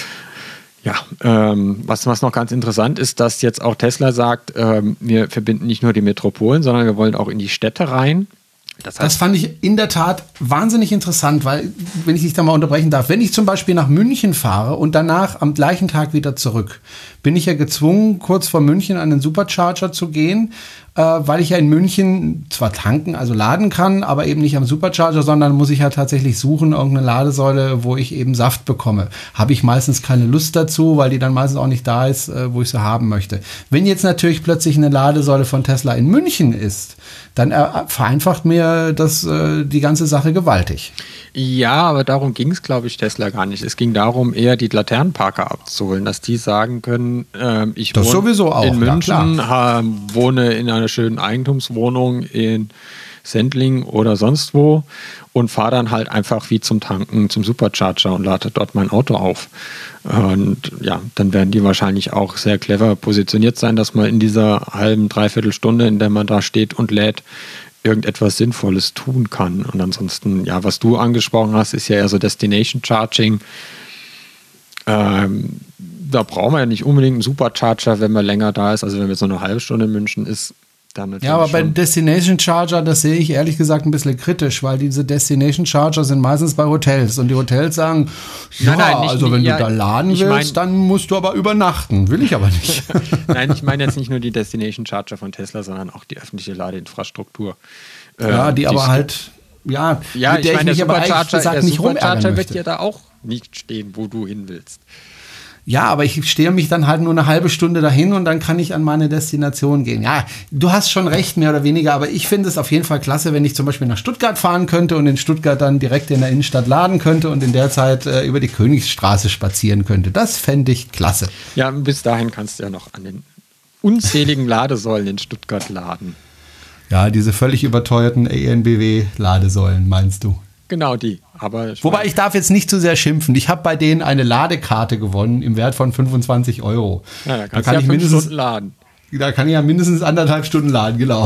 [SPEAKER 2] ja, was noch ganz interessant ist, dass jetzt auch Tesla sagt, wir verbinden nicht nur die Metropolen, sondern wir wollen auch in die Städte rein.
[SPEAKER 3] Das fand ich in der Tat wahnsinnig interessant, weil, wenn ich dich da mal unterbrechen darf, wenn ich zum Beispiel nach München fahre und danach am gleichen Tag wieder zurück, bin ich ja gezwungen, kurz vor München an den Supercharger zu gehen, weil ich ja in München zwar tanken, also laden kann, aber eben nicht am Supercharger, sondern muss ich ja tatsächlich suchen, irgendeine Ladesäule, wo ich eben Saft bekomme. Habe ich meistens keine Lust dazu, weil die dann meistens auch nicht da ist, wo ich sie haben möchte. Wenn jetzt natürlich plötzlich eine Ladesäule von Tesla in München ist, dann vereinfacht mir das die ganze Sache gewaltig.
[SPEAKER 2] Ja, aber darum ging es, glaube ich, Tesla gar nicht. Es ging darum, eher die Laternenparker abzuholen, dass die sagen können, ich wohne
[SPEAKER 3] sowieso auch,
[SPEAKER 2] in München, wohne in einer schönen Eigentumswohnung in Sendling oder sonst wo und fahre dann halt einfach wie zum Tanken zum Supercharger und lade dort mein Auto auf. Und ja, dann werden die wahrscheinlich auch sehr clever positioniert sein, dass man in dieser halben, dreiviertel Stunde, in der man da steht und lädt, irgendetwas Sinnvolles tun kann. Und ansonsten, ja, was du angesprochen hast, ist ja eher so Destination Charging. Da brauchen wir ja nicht unbedingt einen Supercharger, wenn man länger da ist. Also wenn man so eine halbe Stunde in München ist, dann natürlich.
[SPEAKER 3] Ja, aber bei Destination Charger, das sehe ich ehrlich gesagt ein bisschen kritisch, weil diese Destination Charger sind meistens bei Hotels und die Hotels sagen, ja, nein, nicht, also wenn du da laden willst, dann musst du aber übernachten. Will ich aber nicht.
[SPEAKER 2] Nein, ich meine jetzt nicht nur die Destination Charger von Tesla, sondern auch die öffentliche Ladeinfrastruktur.
[SPEAKER 3] Ja, die aber halt, ja,
[SPEAKER 2] ja,
[SPEAKER 3] mit der
[SPEAKER 2] ich meine,
[SPEAKER 3] ich mich aber eigentlich gesagt nicht rumärgern möchte.
[SPEAKER 2] Wird ja da auch nicht stehen, wo du hin willst.
[SPEAKER 3] Ja, aber ich stehe mich dann halt nur eine halbe Stunde dahin und dann kann ich an meine Destination gehen. Ja, du hast schon recht, mehr oder weniger, aber ich finde es auf jeden Fall klasse, wenn ich zum Beispiel nach Stuttgart fahren könnte und in Stuttgart dann direkt in der Innenstadt laden könnte und in der Zeit über die Königsstraße spazieren könnte. Das fände ich klasse.
[SPEAKER 2] Ja, bis dahin kannst du ja noch an den unzähligen Ladesäulen in Stuttgart laden.
[SPEAKER 3] Ja, diese völlig überteuerten ENBW-Ladesäulen, meinst du?
[SPEAKER 2] Genau die. Aber
[SPEAKER 3] wobei ich darf jetzt nicht zu sehr schimpfen. Ich habe bei denen eine Ladekarte gewonnen im Wert von 25 €.
[SPEAKER 2] Ja, da kann ich mindestens laden.
[SPEAKER 3] Da kann ich ja mindestens 1,5 Stunden laden, genau.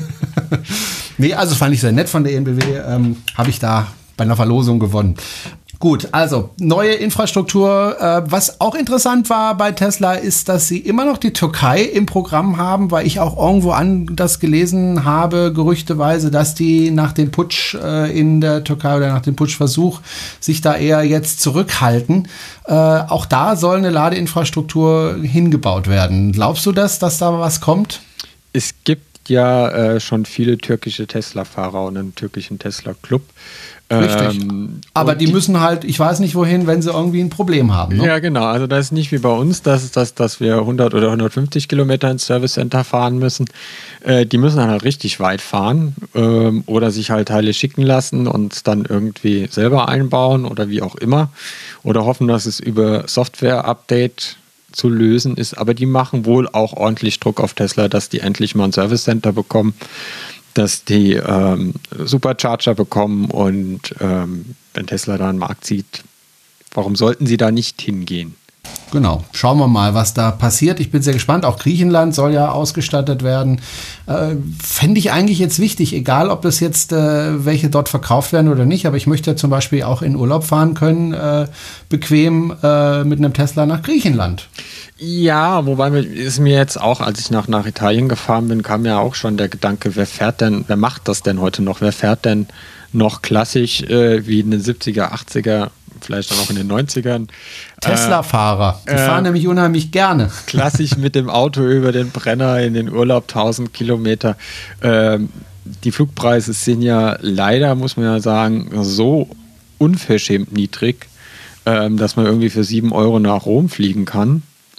[SPEAKER 3] Nee, also fand ich sehr nett von der ENBW. Habe ich da bei einer Verlosung gewonnen. Gut, also neue Infrastruktur. Was auch interessant war bei Tesla ist, dass sie immer noch die Türkei im Programm haben, weil ich auch irgendwo das gelesen habe, gerüchteweise, dass die nach dem Putsch in der Türkei oder nach dem Putschversuch sich da eher jetzt zurückhalten. Auch da soll eine Ladeinfrastruktur hingebaut werden. Glaubst du dass da was kommt?
[SPEAKER 2] Es gibt ja schon viele türkische Tesla-Fahrer und einen türkischen Tesla-Club.
[SPEAKER 3] Richtig. Aber die müssen halt, ich weiß nicht wohin, wenn sie irgendwie ein Problem haben. Ne?
[SPEAKER 2] Ja, genau. Also das ist nicht wie bei uns, dass wir 100 oder 150 Kilometer ins Service Center fahren müssen. Die müssen dann halt richtig weit fahren oder sich halt Teile schicken lassen und dann irgendwie selber einbauen oder wie auch immer. Oder hoffen, dass es über Software-Update zu lösen ist. Aber die machen wohl auch ordentlich Druck auf Tesla, dass die endlich mal ein Service Center bekommen, dass die Supercharger bekommen und wenn Tesla da einen Markt sieht, warum sollten sie da nicht hingehen?
[SPEAKER 3] Genau, schauen wir mal, was da passiert. Ich bin sehr gespannt. Auch Griechenland soll ja ausgestattet werden. Fände ich eigentlich jetzt wichtig, egal ob das jetzt welche dort verkauft werden oder nicht. Aber ich möchte ja zum Beispiel auch in Urlaub fahren können, bequem mit einem Tesla nach Griechenland.
[SPEAKER 2] Ja, wobei ist mir jetzt auch, als ich nach Italien gefahren bin, kam ja auch schon der Gedanke, wer macht das denn heute noch? Wer fährt denn noch klassisch wie in den 70er, 80er, vielleicht auch in den 90ern?
[SPEAKER 3] Tesla-Fahrer, die fahren nämlich unheimlich gerne.
[SPEAKER 2] Klassisch mit dem Auto über den Brenner in den Urlaub, 1000 Kilometer. Die Flugpreise sind ja leider, muss man ja sagen, so unverschämt niedrig, dass man irgendwie für 7 € nach Rom fliegen kann.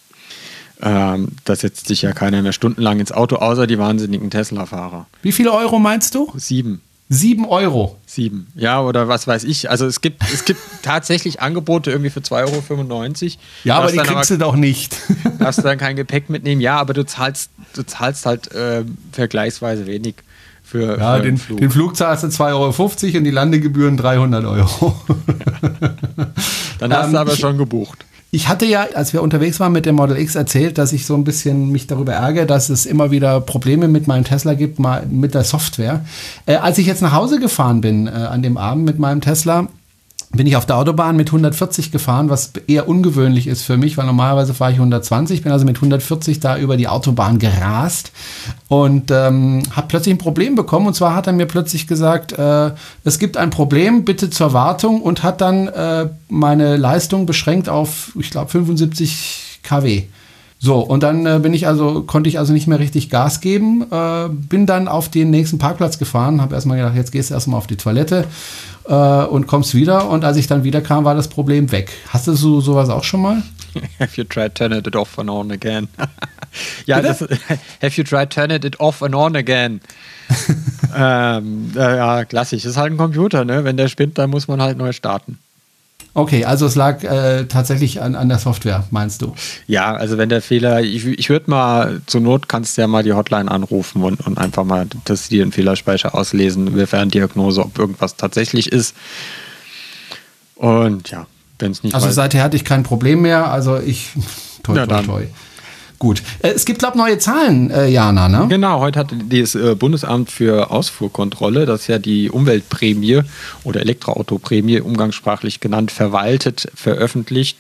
[SPEAKER 2] Da setzt sich ja keiner mehr stundenlang ins Auto, außer die wahnsinnigen Tesla-Fahrer.
[SPEAKER 3] Wie viele Euro meinst du?
[SPEAKER 2] 7.
[SPEAKER 3] 7 €?
[SPEAKER 2] 7, ja, oder was weiß ich. Also es gibt tatsächlich Angebote irgendwie für 2,95 €.
[SPEAKER 3] Ja, aber die kriegst du doch nicht.
[SPEAKER 2] Darfst du dann kein Gepäck mitnehmen. Ja, aber du zahlst halt vergleichsweise wenig für
[SPEAKER 3] den
[SPEAKER 2] Flug.
[SPEAKER 3] Den Flug zahlst du 2,50 € und die Landegebühren 300 €.
[SPEAKER 2] Dann hast du aber schon gebucht.
[SPEAKER 3] Ich hatte ja, als wir unterwegs waren mit dem Model X, erzählt, dass ich so ein bisschen mich darüber ärgere, dass es immer wieder Probleme mit meinem Tesla gibt, mal mit der Software. Als ich jetzt nach Hause gefahren bin an dem Abend mit meinem Tesla, bin ich auf der Autobahn mit 140 gefahren, was eher ungewöhnlich ist für mich, weil normalerweise fahre ich 120, bin also mit 140 da über die Autobahn gerast und habe plötzlich ein Problem bekommen. Und zwar hat er mir plötzlich gesagt, es gibt ein Problem, bitte zur Wartung, und hat dann meine Leistung beschränkt auf, ich glaube, 75 kW. So, und dann konnte ich also nicht mehr richtig Gas geben, bin dann auf den nächsten Parkplatz gefahren, habe erstmal gedacht, jetzt gehst du erstmal auf die Toilette und kommst wieder, und als ich dann wieder kam, war das Problem weg. Hast du sowas auch schon mal?
[SPEAKER 2] Have you tried turning it off and on again? Ja, have you tried turning it off and on again? Ja, klassisch. Das ist halt ein Computer, ne? Wenn der spinnt, dann muss man halt neu starten.
[SPEAKER 3] Okay, also es lag tatsächlich an der Software, meinst du?
[SPEAKER 2] Ja, also wenn der Fehler, ich würde mal, zur Not kannst du ja mal die Hotline anrufen und einfach mal, dass die den Fehlerspeicher auslesen, wir Ferndiagnose, ob irgendwas tatsächlich ist. Und ja, wenn es nicht.
[SPEAKER 3] Also seither hatte ich kein Problem mehr, also toi. Gut. Es gibt, glaube ich, neue Zahlen, Jana, ne?
[SPEAKER 2] Genau, heute hat das Bundesamt für Ausfuhrkontrolle, das ist ja die Umweltprämie oder Elektroautoprämie, umgangssprachlich genannt, veröffentlicht.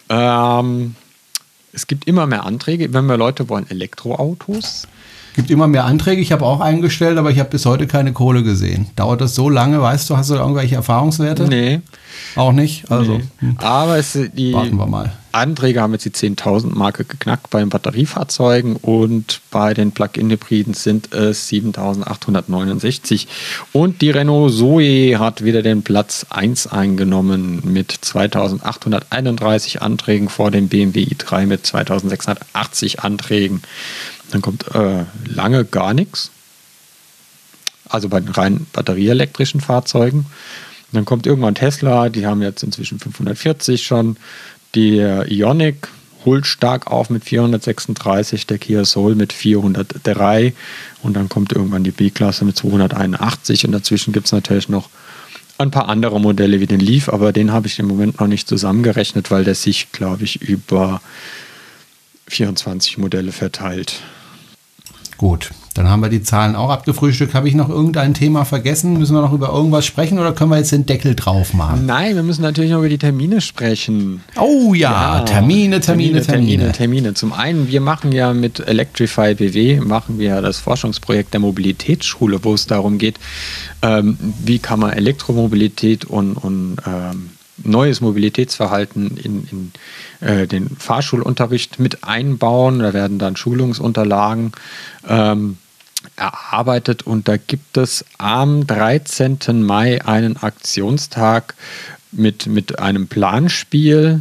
[SPEAKER 2] Es gibt immer mehr Anträge, immer mehr Leute wollen Elektroautos.
[SPEAKER 3] Gibt immer mehr Anträge. Ich habe auch eingestellt, aber ich habe bis heute keine Kohle gesehen. Dauert das so lange? Weißt du, hast du da irgendwelche Erfahrungswerte?
[SPEAKER 2] Nee.
[SPEAKER 3] Auch nicht? Also,
[SPEAKER 2] nee. Aber die
[SPEAKER 3] warten wir mal.
[SPEAKER 2] Anträge haben jetzt die 10.000-Marke geknackt bei den Batteriefahrzeugen und bei den Plug-in-Hybriden sind es 7.869. Und die Renault Zoe hat wieder den Platz 1 eingenommen mit 2.831 Anträgen vor dem BMW i3 mit 2.680 Anträgen. Dann kommt lange gar nichts. Also bei den rein batterieelektrischen Fahrzeugen. Dann kommt irgendwann Tesla, die haben jetzt inzwischen 540 schon. Der Ioniq holt stark auf mit 436, der Kia Soul mit 403 und dann kommt irgendwann die B-Klasse mit 281 und dazwischen gibt es natürlich noch ein paar andere Modelle wie den Leaf, aber den habe ich im Moment noch nicht zusammengerechnet, weil der sich, glaube ich, über 24 Modelle verteilt.
[SPEAKER 3] Gut, dann haben wir die Zahlen auch abgefrühstückt. Habe ich noch irgendein Thema vergessen? Müssen wir noch über irgendwas sprechen oder können wir jetzt den Deckel drauf machen?
[SPEAKER 2] Nein, wir müssen natürlich noch über die Termine sprechen.
[SPEAKER 3] Oh ja, Termine.
[SPEAKER 2] Zum einen, wir machen ja mit Electrify BW, machen wir das Forschungsprojekt der Mobilitätsschule, wo es darum geht, wie kann man Elektromobilität und neues Mobilitätsverhalten in den Fahrschulunterricht mit einbauen. Da werden dann Schulungsunterlagen erarbeitet und da gibt es am 13. Mai einen Aktionstag mit einem Planspiel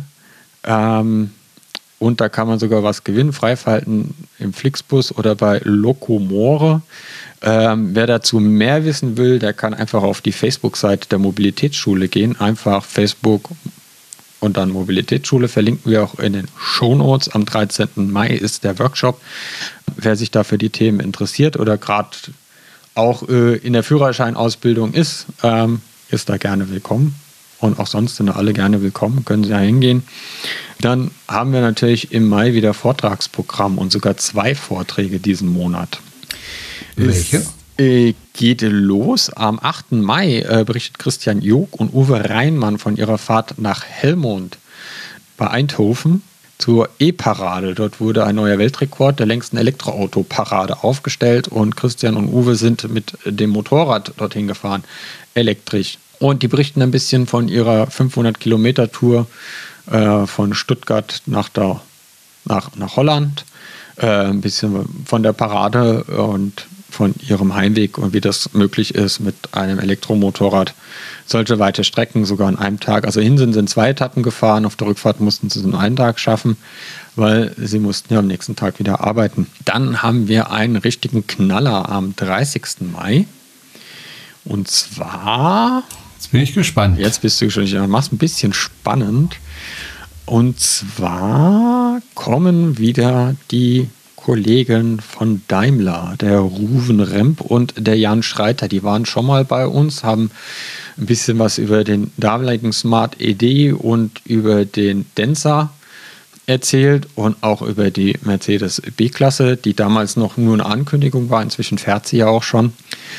[SPEAKER 2] und da kann man sogar was gewinnen, Freiverhalten im Flixbus oder bei Locomore. Wer dazu mehr wissen will, der kann einfach auf die Facebook-Seite der Mobilitätsschule gehen. Einfach Facebook und dann Mobilitätsschule verlinken wir auch in den Shownotes. Am 13. Mai ist der Workshop. Wer sich da für die Themen interessiert oder gerade auch in der Führerscheinausbildung ist da gerne willkommen. Und auch sonst sind alle gerne willkommen, können Sie ja hingehen. Dann haben wir natürlich im Mai wieder Vortragsprogramm und sogar 2 Vorträge diesen Monat.
[SPEAKER 3] Welche?
[SPEAKER 2] Es geht los. Am 8. Mai berichtet Christian Jog und Uwe Reinmann von ihrer Fahrt nach Helmond bei Eindhoven zur E-Parade. Dort wurde ein neuer Weltrekord der längsten Elektroauto-Parade aufgestellt und Christian und Uwe sind mit dem Motorrad dorthin gefahren, elektrisch. Und die berichten ein bisschen von ihrer 500-Kilometer-Tour von Stuttgart nach Holland, ein bisschen von der Parade und von ihrem Heimweg und wie das möglich ist mit einem Elektromotorrad. Solche weite Strecken sogar an einem Tag. Also hin sind 2 Etappen gefahren, auf der Rückfahrt mussten sie es in einen Tag schaffen, weil sie mussten ja am nächsten Tag wieder arbeiten. Dann haben wir einen richtigen Knaller am 30. Mai. Und zwar...
[SPEAKER 3] Jetzt bin ich gespannt.
[SPEAKER 2] Jetzt bist du schon, mach's ein bisschen spannend. Und zwar kommen wieder die Kollegen von Daimler, der Ruven Remp und der Jan Schreiter. Die waren schon mal bei uns, haben ein bisschen was über den damaligen Smart ED und über den Denza erzählt und auch über die Mercedes B-Klasse, die damals noch nur eine Ankündigung war. Inzwischen fährt sie ja auch schon.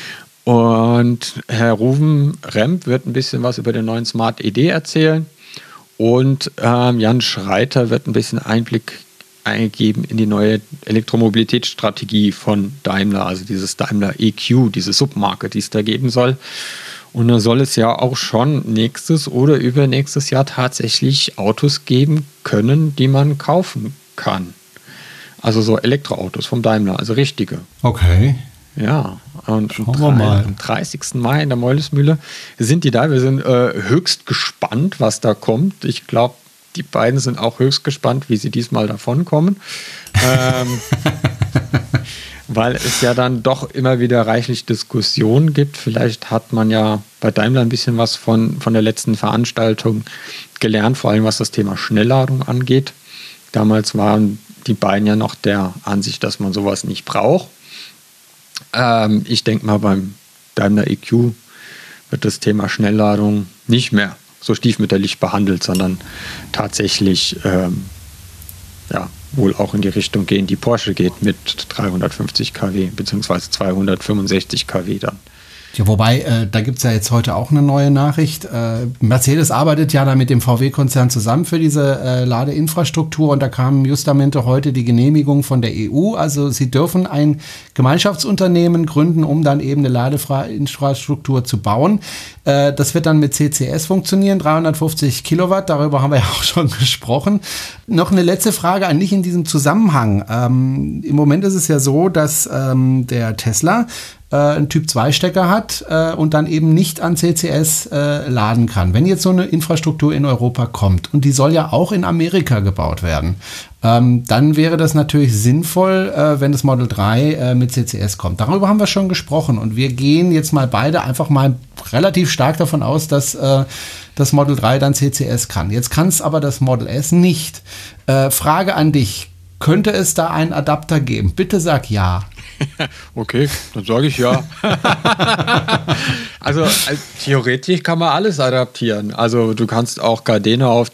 [SPEAKER 2] Und Herr Ruven Remp wird ein bisschen was über den neuen Smart ED erzählen und Jan Schreiter wird ein bisschen Einblick eingeben in die neue Elektromobilitätsstrategie von Daimler, also dieses Daimler EQ, diese Submarke, die es da geben soll. Und da soll es ja auch schon nächstes oder übernächstes Jahr tatsächlich Autos geben können, die man kaufen kann. Also so Elektroautos vom Daimler, also richtige.
[SPEAKER 3] Okay.
[SPEAKER 2] Ja, und
[SPEAKER 3] am
[SPEAKER 2] 30. Mai in der Meulesmühle sind die da. Wir sind höchst gespannt, was da kommt. Ich glaube, die beiden sind auch höchst gespannt, wie sie diesmal davon kommen. weil es ja dann doch immer wieder reichlich Diskussionen gibt. Vielleicht hat man ja bei Daimler ein bisschen was von der letzten Veranstaltung gelernt, vor allem was das Thema Schnellladung angeht. Damals waren die beiden ja noch der Ansicht, dass man sowas nicht braucht. Ich denke mal, beim Daimler EQ wird das Thema Schnellladung nicht mehr so stiefmütterlich behandelt, sondern tatsächlich wohl auch in die Richtung gehen, die Porsche geht mit 350 kW bzw. 265 kW dann.
[SPEAKER 3] Ja, wobei, da gibt es ja jetzt heute auch eine neue Nachricht. Mercedes arbeitet ja da mit dem VW-Konzern zusammen für diese Ladeinfrastruktur und da kam justamente heute die Genehmigung von der EU. Also sie dürfen ein Gemeinschaftsunternehmen gründen, um dann eben eine Ladeinfrastruktur zu bauen. Das wird dann mit CCS funktionieren, 350 Kilowatt, darüber haben wir ja auch schon gesprochen. Noch eine letzte Frage an dich in diesem Zusammenhang. Im Moment ist es ja so, dass der Tesla einen Typ-2-Stecker hat und dann eben nicht an CCS laden kann. Wenn jetzt so eine Infrastruktur in Europa kommt und die soll ja auch in Amerika gebaut werden, dann wäre das natürlich sinnvoll, wenn das Model 3 mit CCS kommt. Darüber haben wir schon gesprochen und wir gehen jetzt mal beide einfach mal relativ stark davon aus, dass das Model 3 dann CCS kann. Jetzt kann es aber das Model S nicht. Frage an dich, könnte es da einen Adapter geben? Bitte sag ja.
[SPEAKER 2] Okay, dann sage ich ja. Also theoretisch kann man alles adaptieren. Also du kannst auch Gardena auf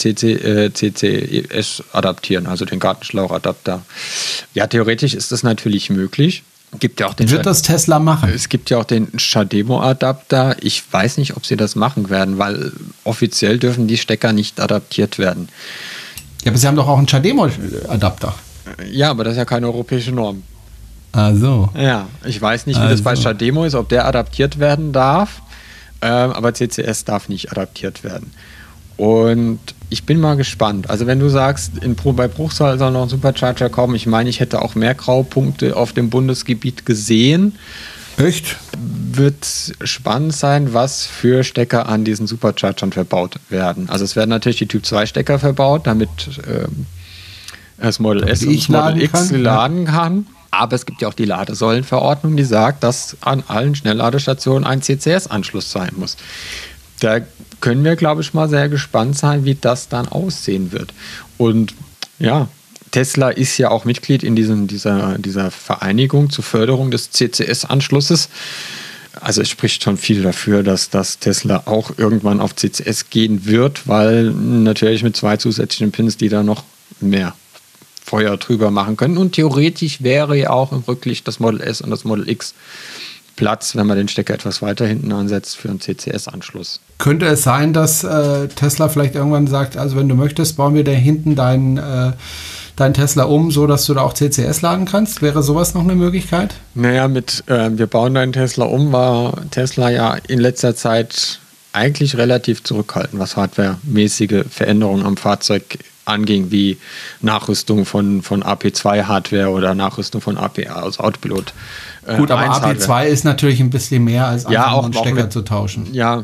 [SPEAKER 2] CCS adaptieren, also den Gartenschlauchadapter. Ja, theoretisch ist das natürlich möglich. Gibt ja auch den
[SPEAKER 3] Wird das Tesla machen?
[SPEAKER 2] Es gibt ja auch den CHAdeMO-Adapter. Ich weiß nicht, ob sie das machen werden, weil offiziell dürfen die Stecker nicht adaptiert werden.
[SPEAKER 3] Ja, aber sie haben doch auch einen CHAdeMO-Adapter.
[SPEAKER 2] Ja, aber das ist ja keine europäische Norm.
[SPEAKER 3] Also.
[SPEAKER 2] Ja, ich weiß nicht, wie das bei CHAdeMO ist, ob der adaptiert werden darf, aber CCS darf nicht adaptiert werden. Und ich bin mal gespannt. Also wenn du sagst, bei Bruchsal soll noch ein Supercharger kommen, ich meine, ich hätte auch mehr Graupunkte auf dem Bundesgebiet gesehen.
[SPEAKER 3] Echt?
[SPEAKER 2] Wird spannend sein, was für Stecker an diesen Superchargern verbaut werden. Also es werden natürlich die Typ-2-Stecker verbaut, damit das Model S und das Model X laden kann. Aber es gibt ja auch die Ladesäulenverordnung, die sagt, dass an allen Schnellladestationen ein CCS-Anschluss sein muss. Da können wir, glaube ich, mal sehr gespannt sein, wie das dann aussehen wird. Und ja, Tesla ist ja auch Mitglied in dieser Vereinigung zur Förderung des CCS-Anschlusses. Also es spricht schon viel dafür, dass das Tesla auch irgendwann auf CCS gehen wird, weil natürlich mit 2 zusätzlichen Pins, die da noch mehr Feuer drüber machen können. Und theoretisch wäre ja auch im Rücklicht das Model S und das Model X Platz, wenn man den Stecker etwas weiter hinten ansetzt, für einen CCS-Anschluss.
[SPEAKER 3] Könnte es sein, dass Tesla vielleicht irgendwann sagt, also wenn du möchtest, bauen wir da hinten deinen Tesla um, so dass du da auch CCS laden kannst? Wäre sowas noch eine Möglichkeit?
[SPEAKER 2] Naja, wir bauen deinen Tesla um, war Tesla ja in letzter Zeit eigentlich relativ zurückhaltend, was hardwaremäßige Veränderungen am Fahrzeug anging, wie Nachrüstung von AP2-Hardware oder Nachrüstung von APA aus Autopilot.
[SPEAKER 3] Gut, aber AP2 Hardware ist natürlich ein bisschen mehr als einfach
[SPEAKER 2] auch
[SPEAKER 3] einen Stecker zu tauschen.
[SPEAKER 2] Ja.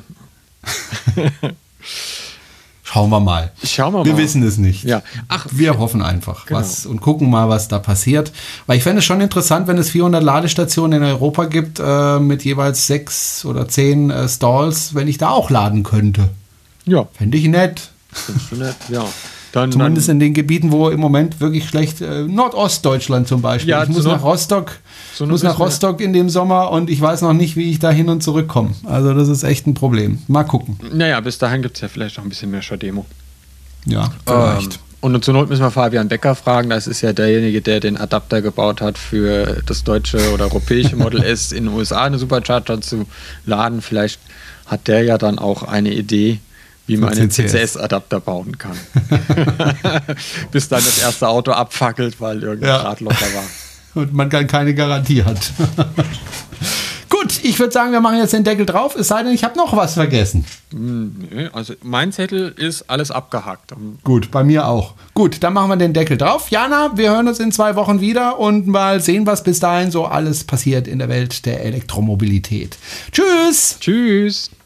[SPEAKER 3] Schauen wir mal. Wir wissen es nicht.
[SPEAKER 2] Ja.
[SPEAKER 3] Wir hoffen einfach und gucken mal, was da passiert. Weil ich fände es schon interessant, wenn es 400 Ladestationen in Europa gibt, mit jeweils 6 oder 10 Stalls, wenn ich da auch laden könnte.
[SPEAKER 2] Ja.
[SPEAKER 3] Fände ich nett.
[SPEAKER 2] Findest du nett? Ja.
[SPEAKER 3] Zumindest in den Gebieten, wo im Moment wirklich schlecht, Nordostdeutschland zum Beispiel.
[SPEAKER 2] Ja,
[SPEAKER 3] ich muss nach Rostock in dem Sommer und ich weiß noch nicht, wie ich da hin und zurück komme. Also das ist echt ein Problem. Mal gucken.
[SPEAKER 2] Naja, bis dahin gibt es ja vielleicht noch ein bisschen mehr CHAdeMO.
[SPEAKER 3] Ja, vielleicht.
[SPEAKER 2] Und zur Not müssen wir Fabian Becker fragen. Das ist ja derjenige, der den Adapter gebaut hat für das deutsche oder europäische Model S in den USA, eine Supercharger zu laden. Vielleicht hat der ja dann auch eine Idee, wie man einen CCS-Adapter bauen kann. Bis dann das erste Auto abfackelt, weil irgendein Rad locker war.
[SPEAKER 3] Und man keine Garantie hat. Gut, ich würde sagen, wir machen jetzt den Deckel drauf, es sei denn, ich habe noch was vergessen.
[SPEAKER 2] Also mein Zettel ist alles abgehakt.
[SPEAKER 3] Gut, bei mir auch. Gut, dann machen wir den Deckel drauf. Jana, wir hören uns in 2 Wochen wieder und mal sehen, was bis dahin so alles passiert in der Welt der Elektromobilität. Tschüss!
[SPEAKER 2] Tschüss!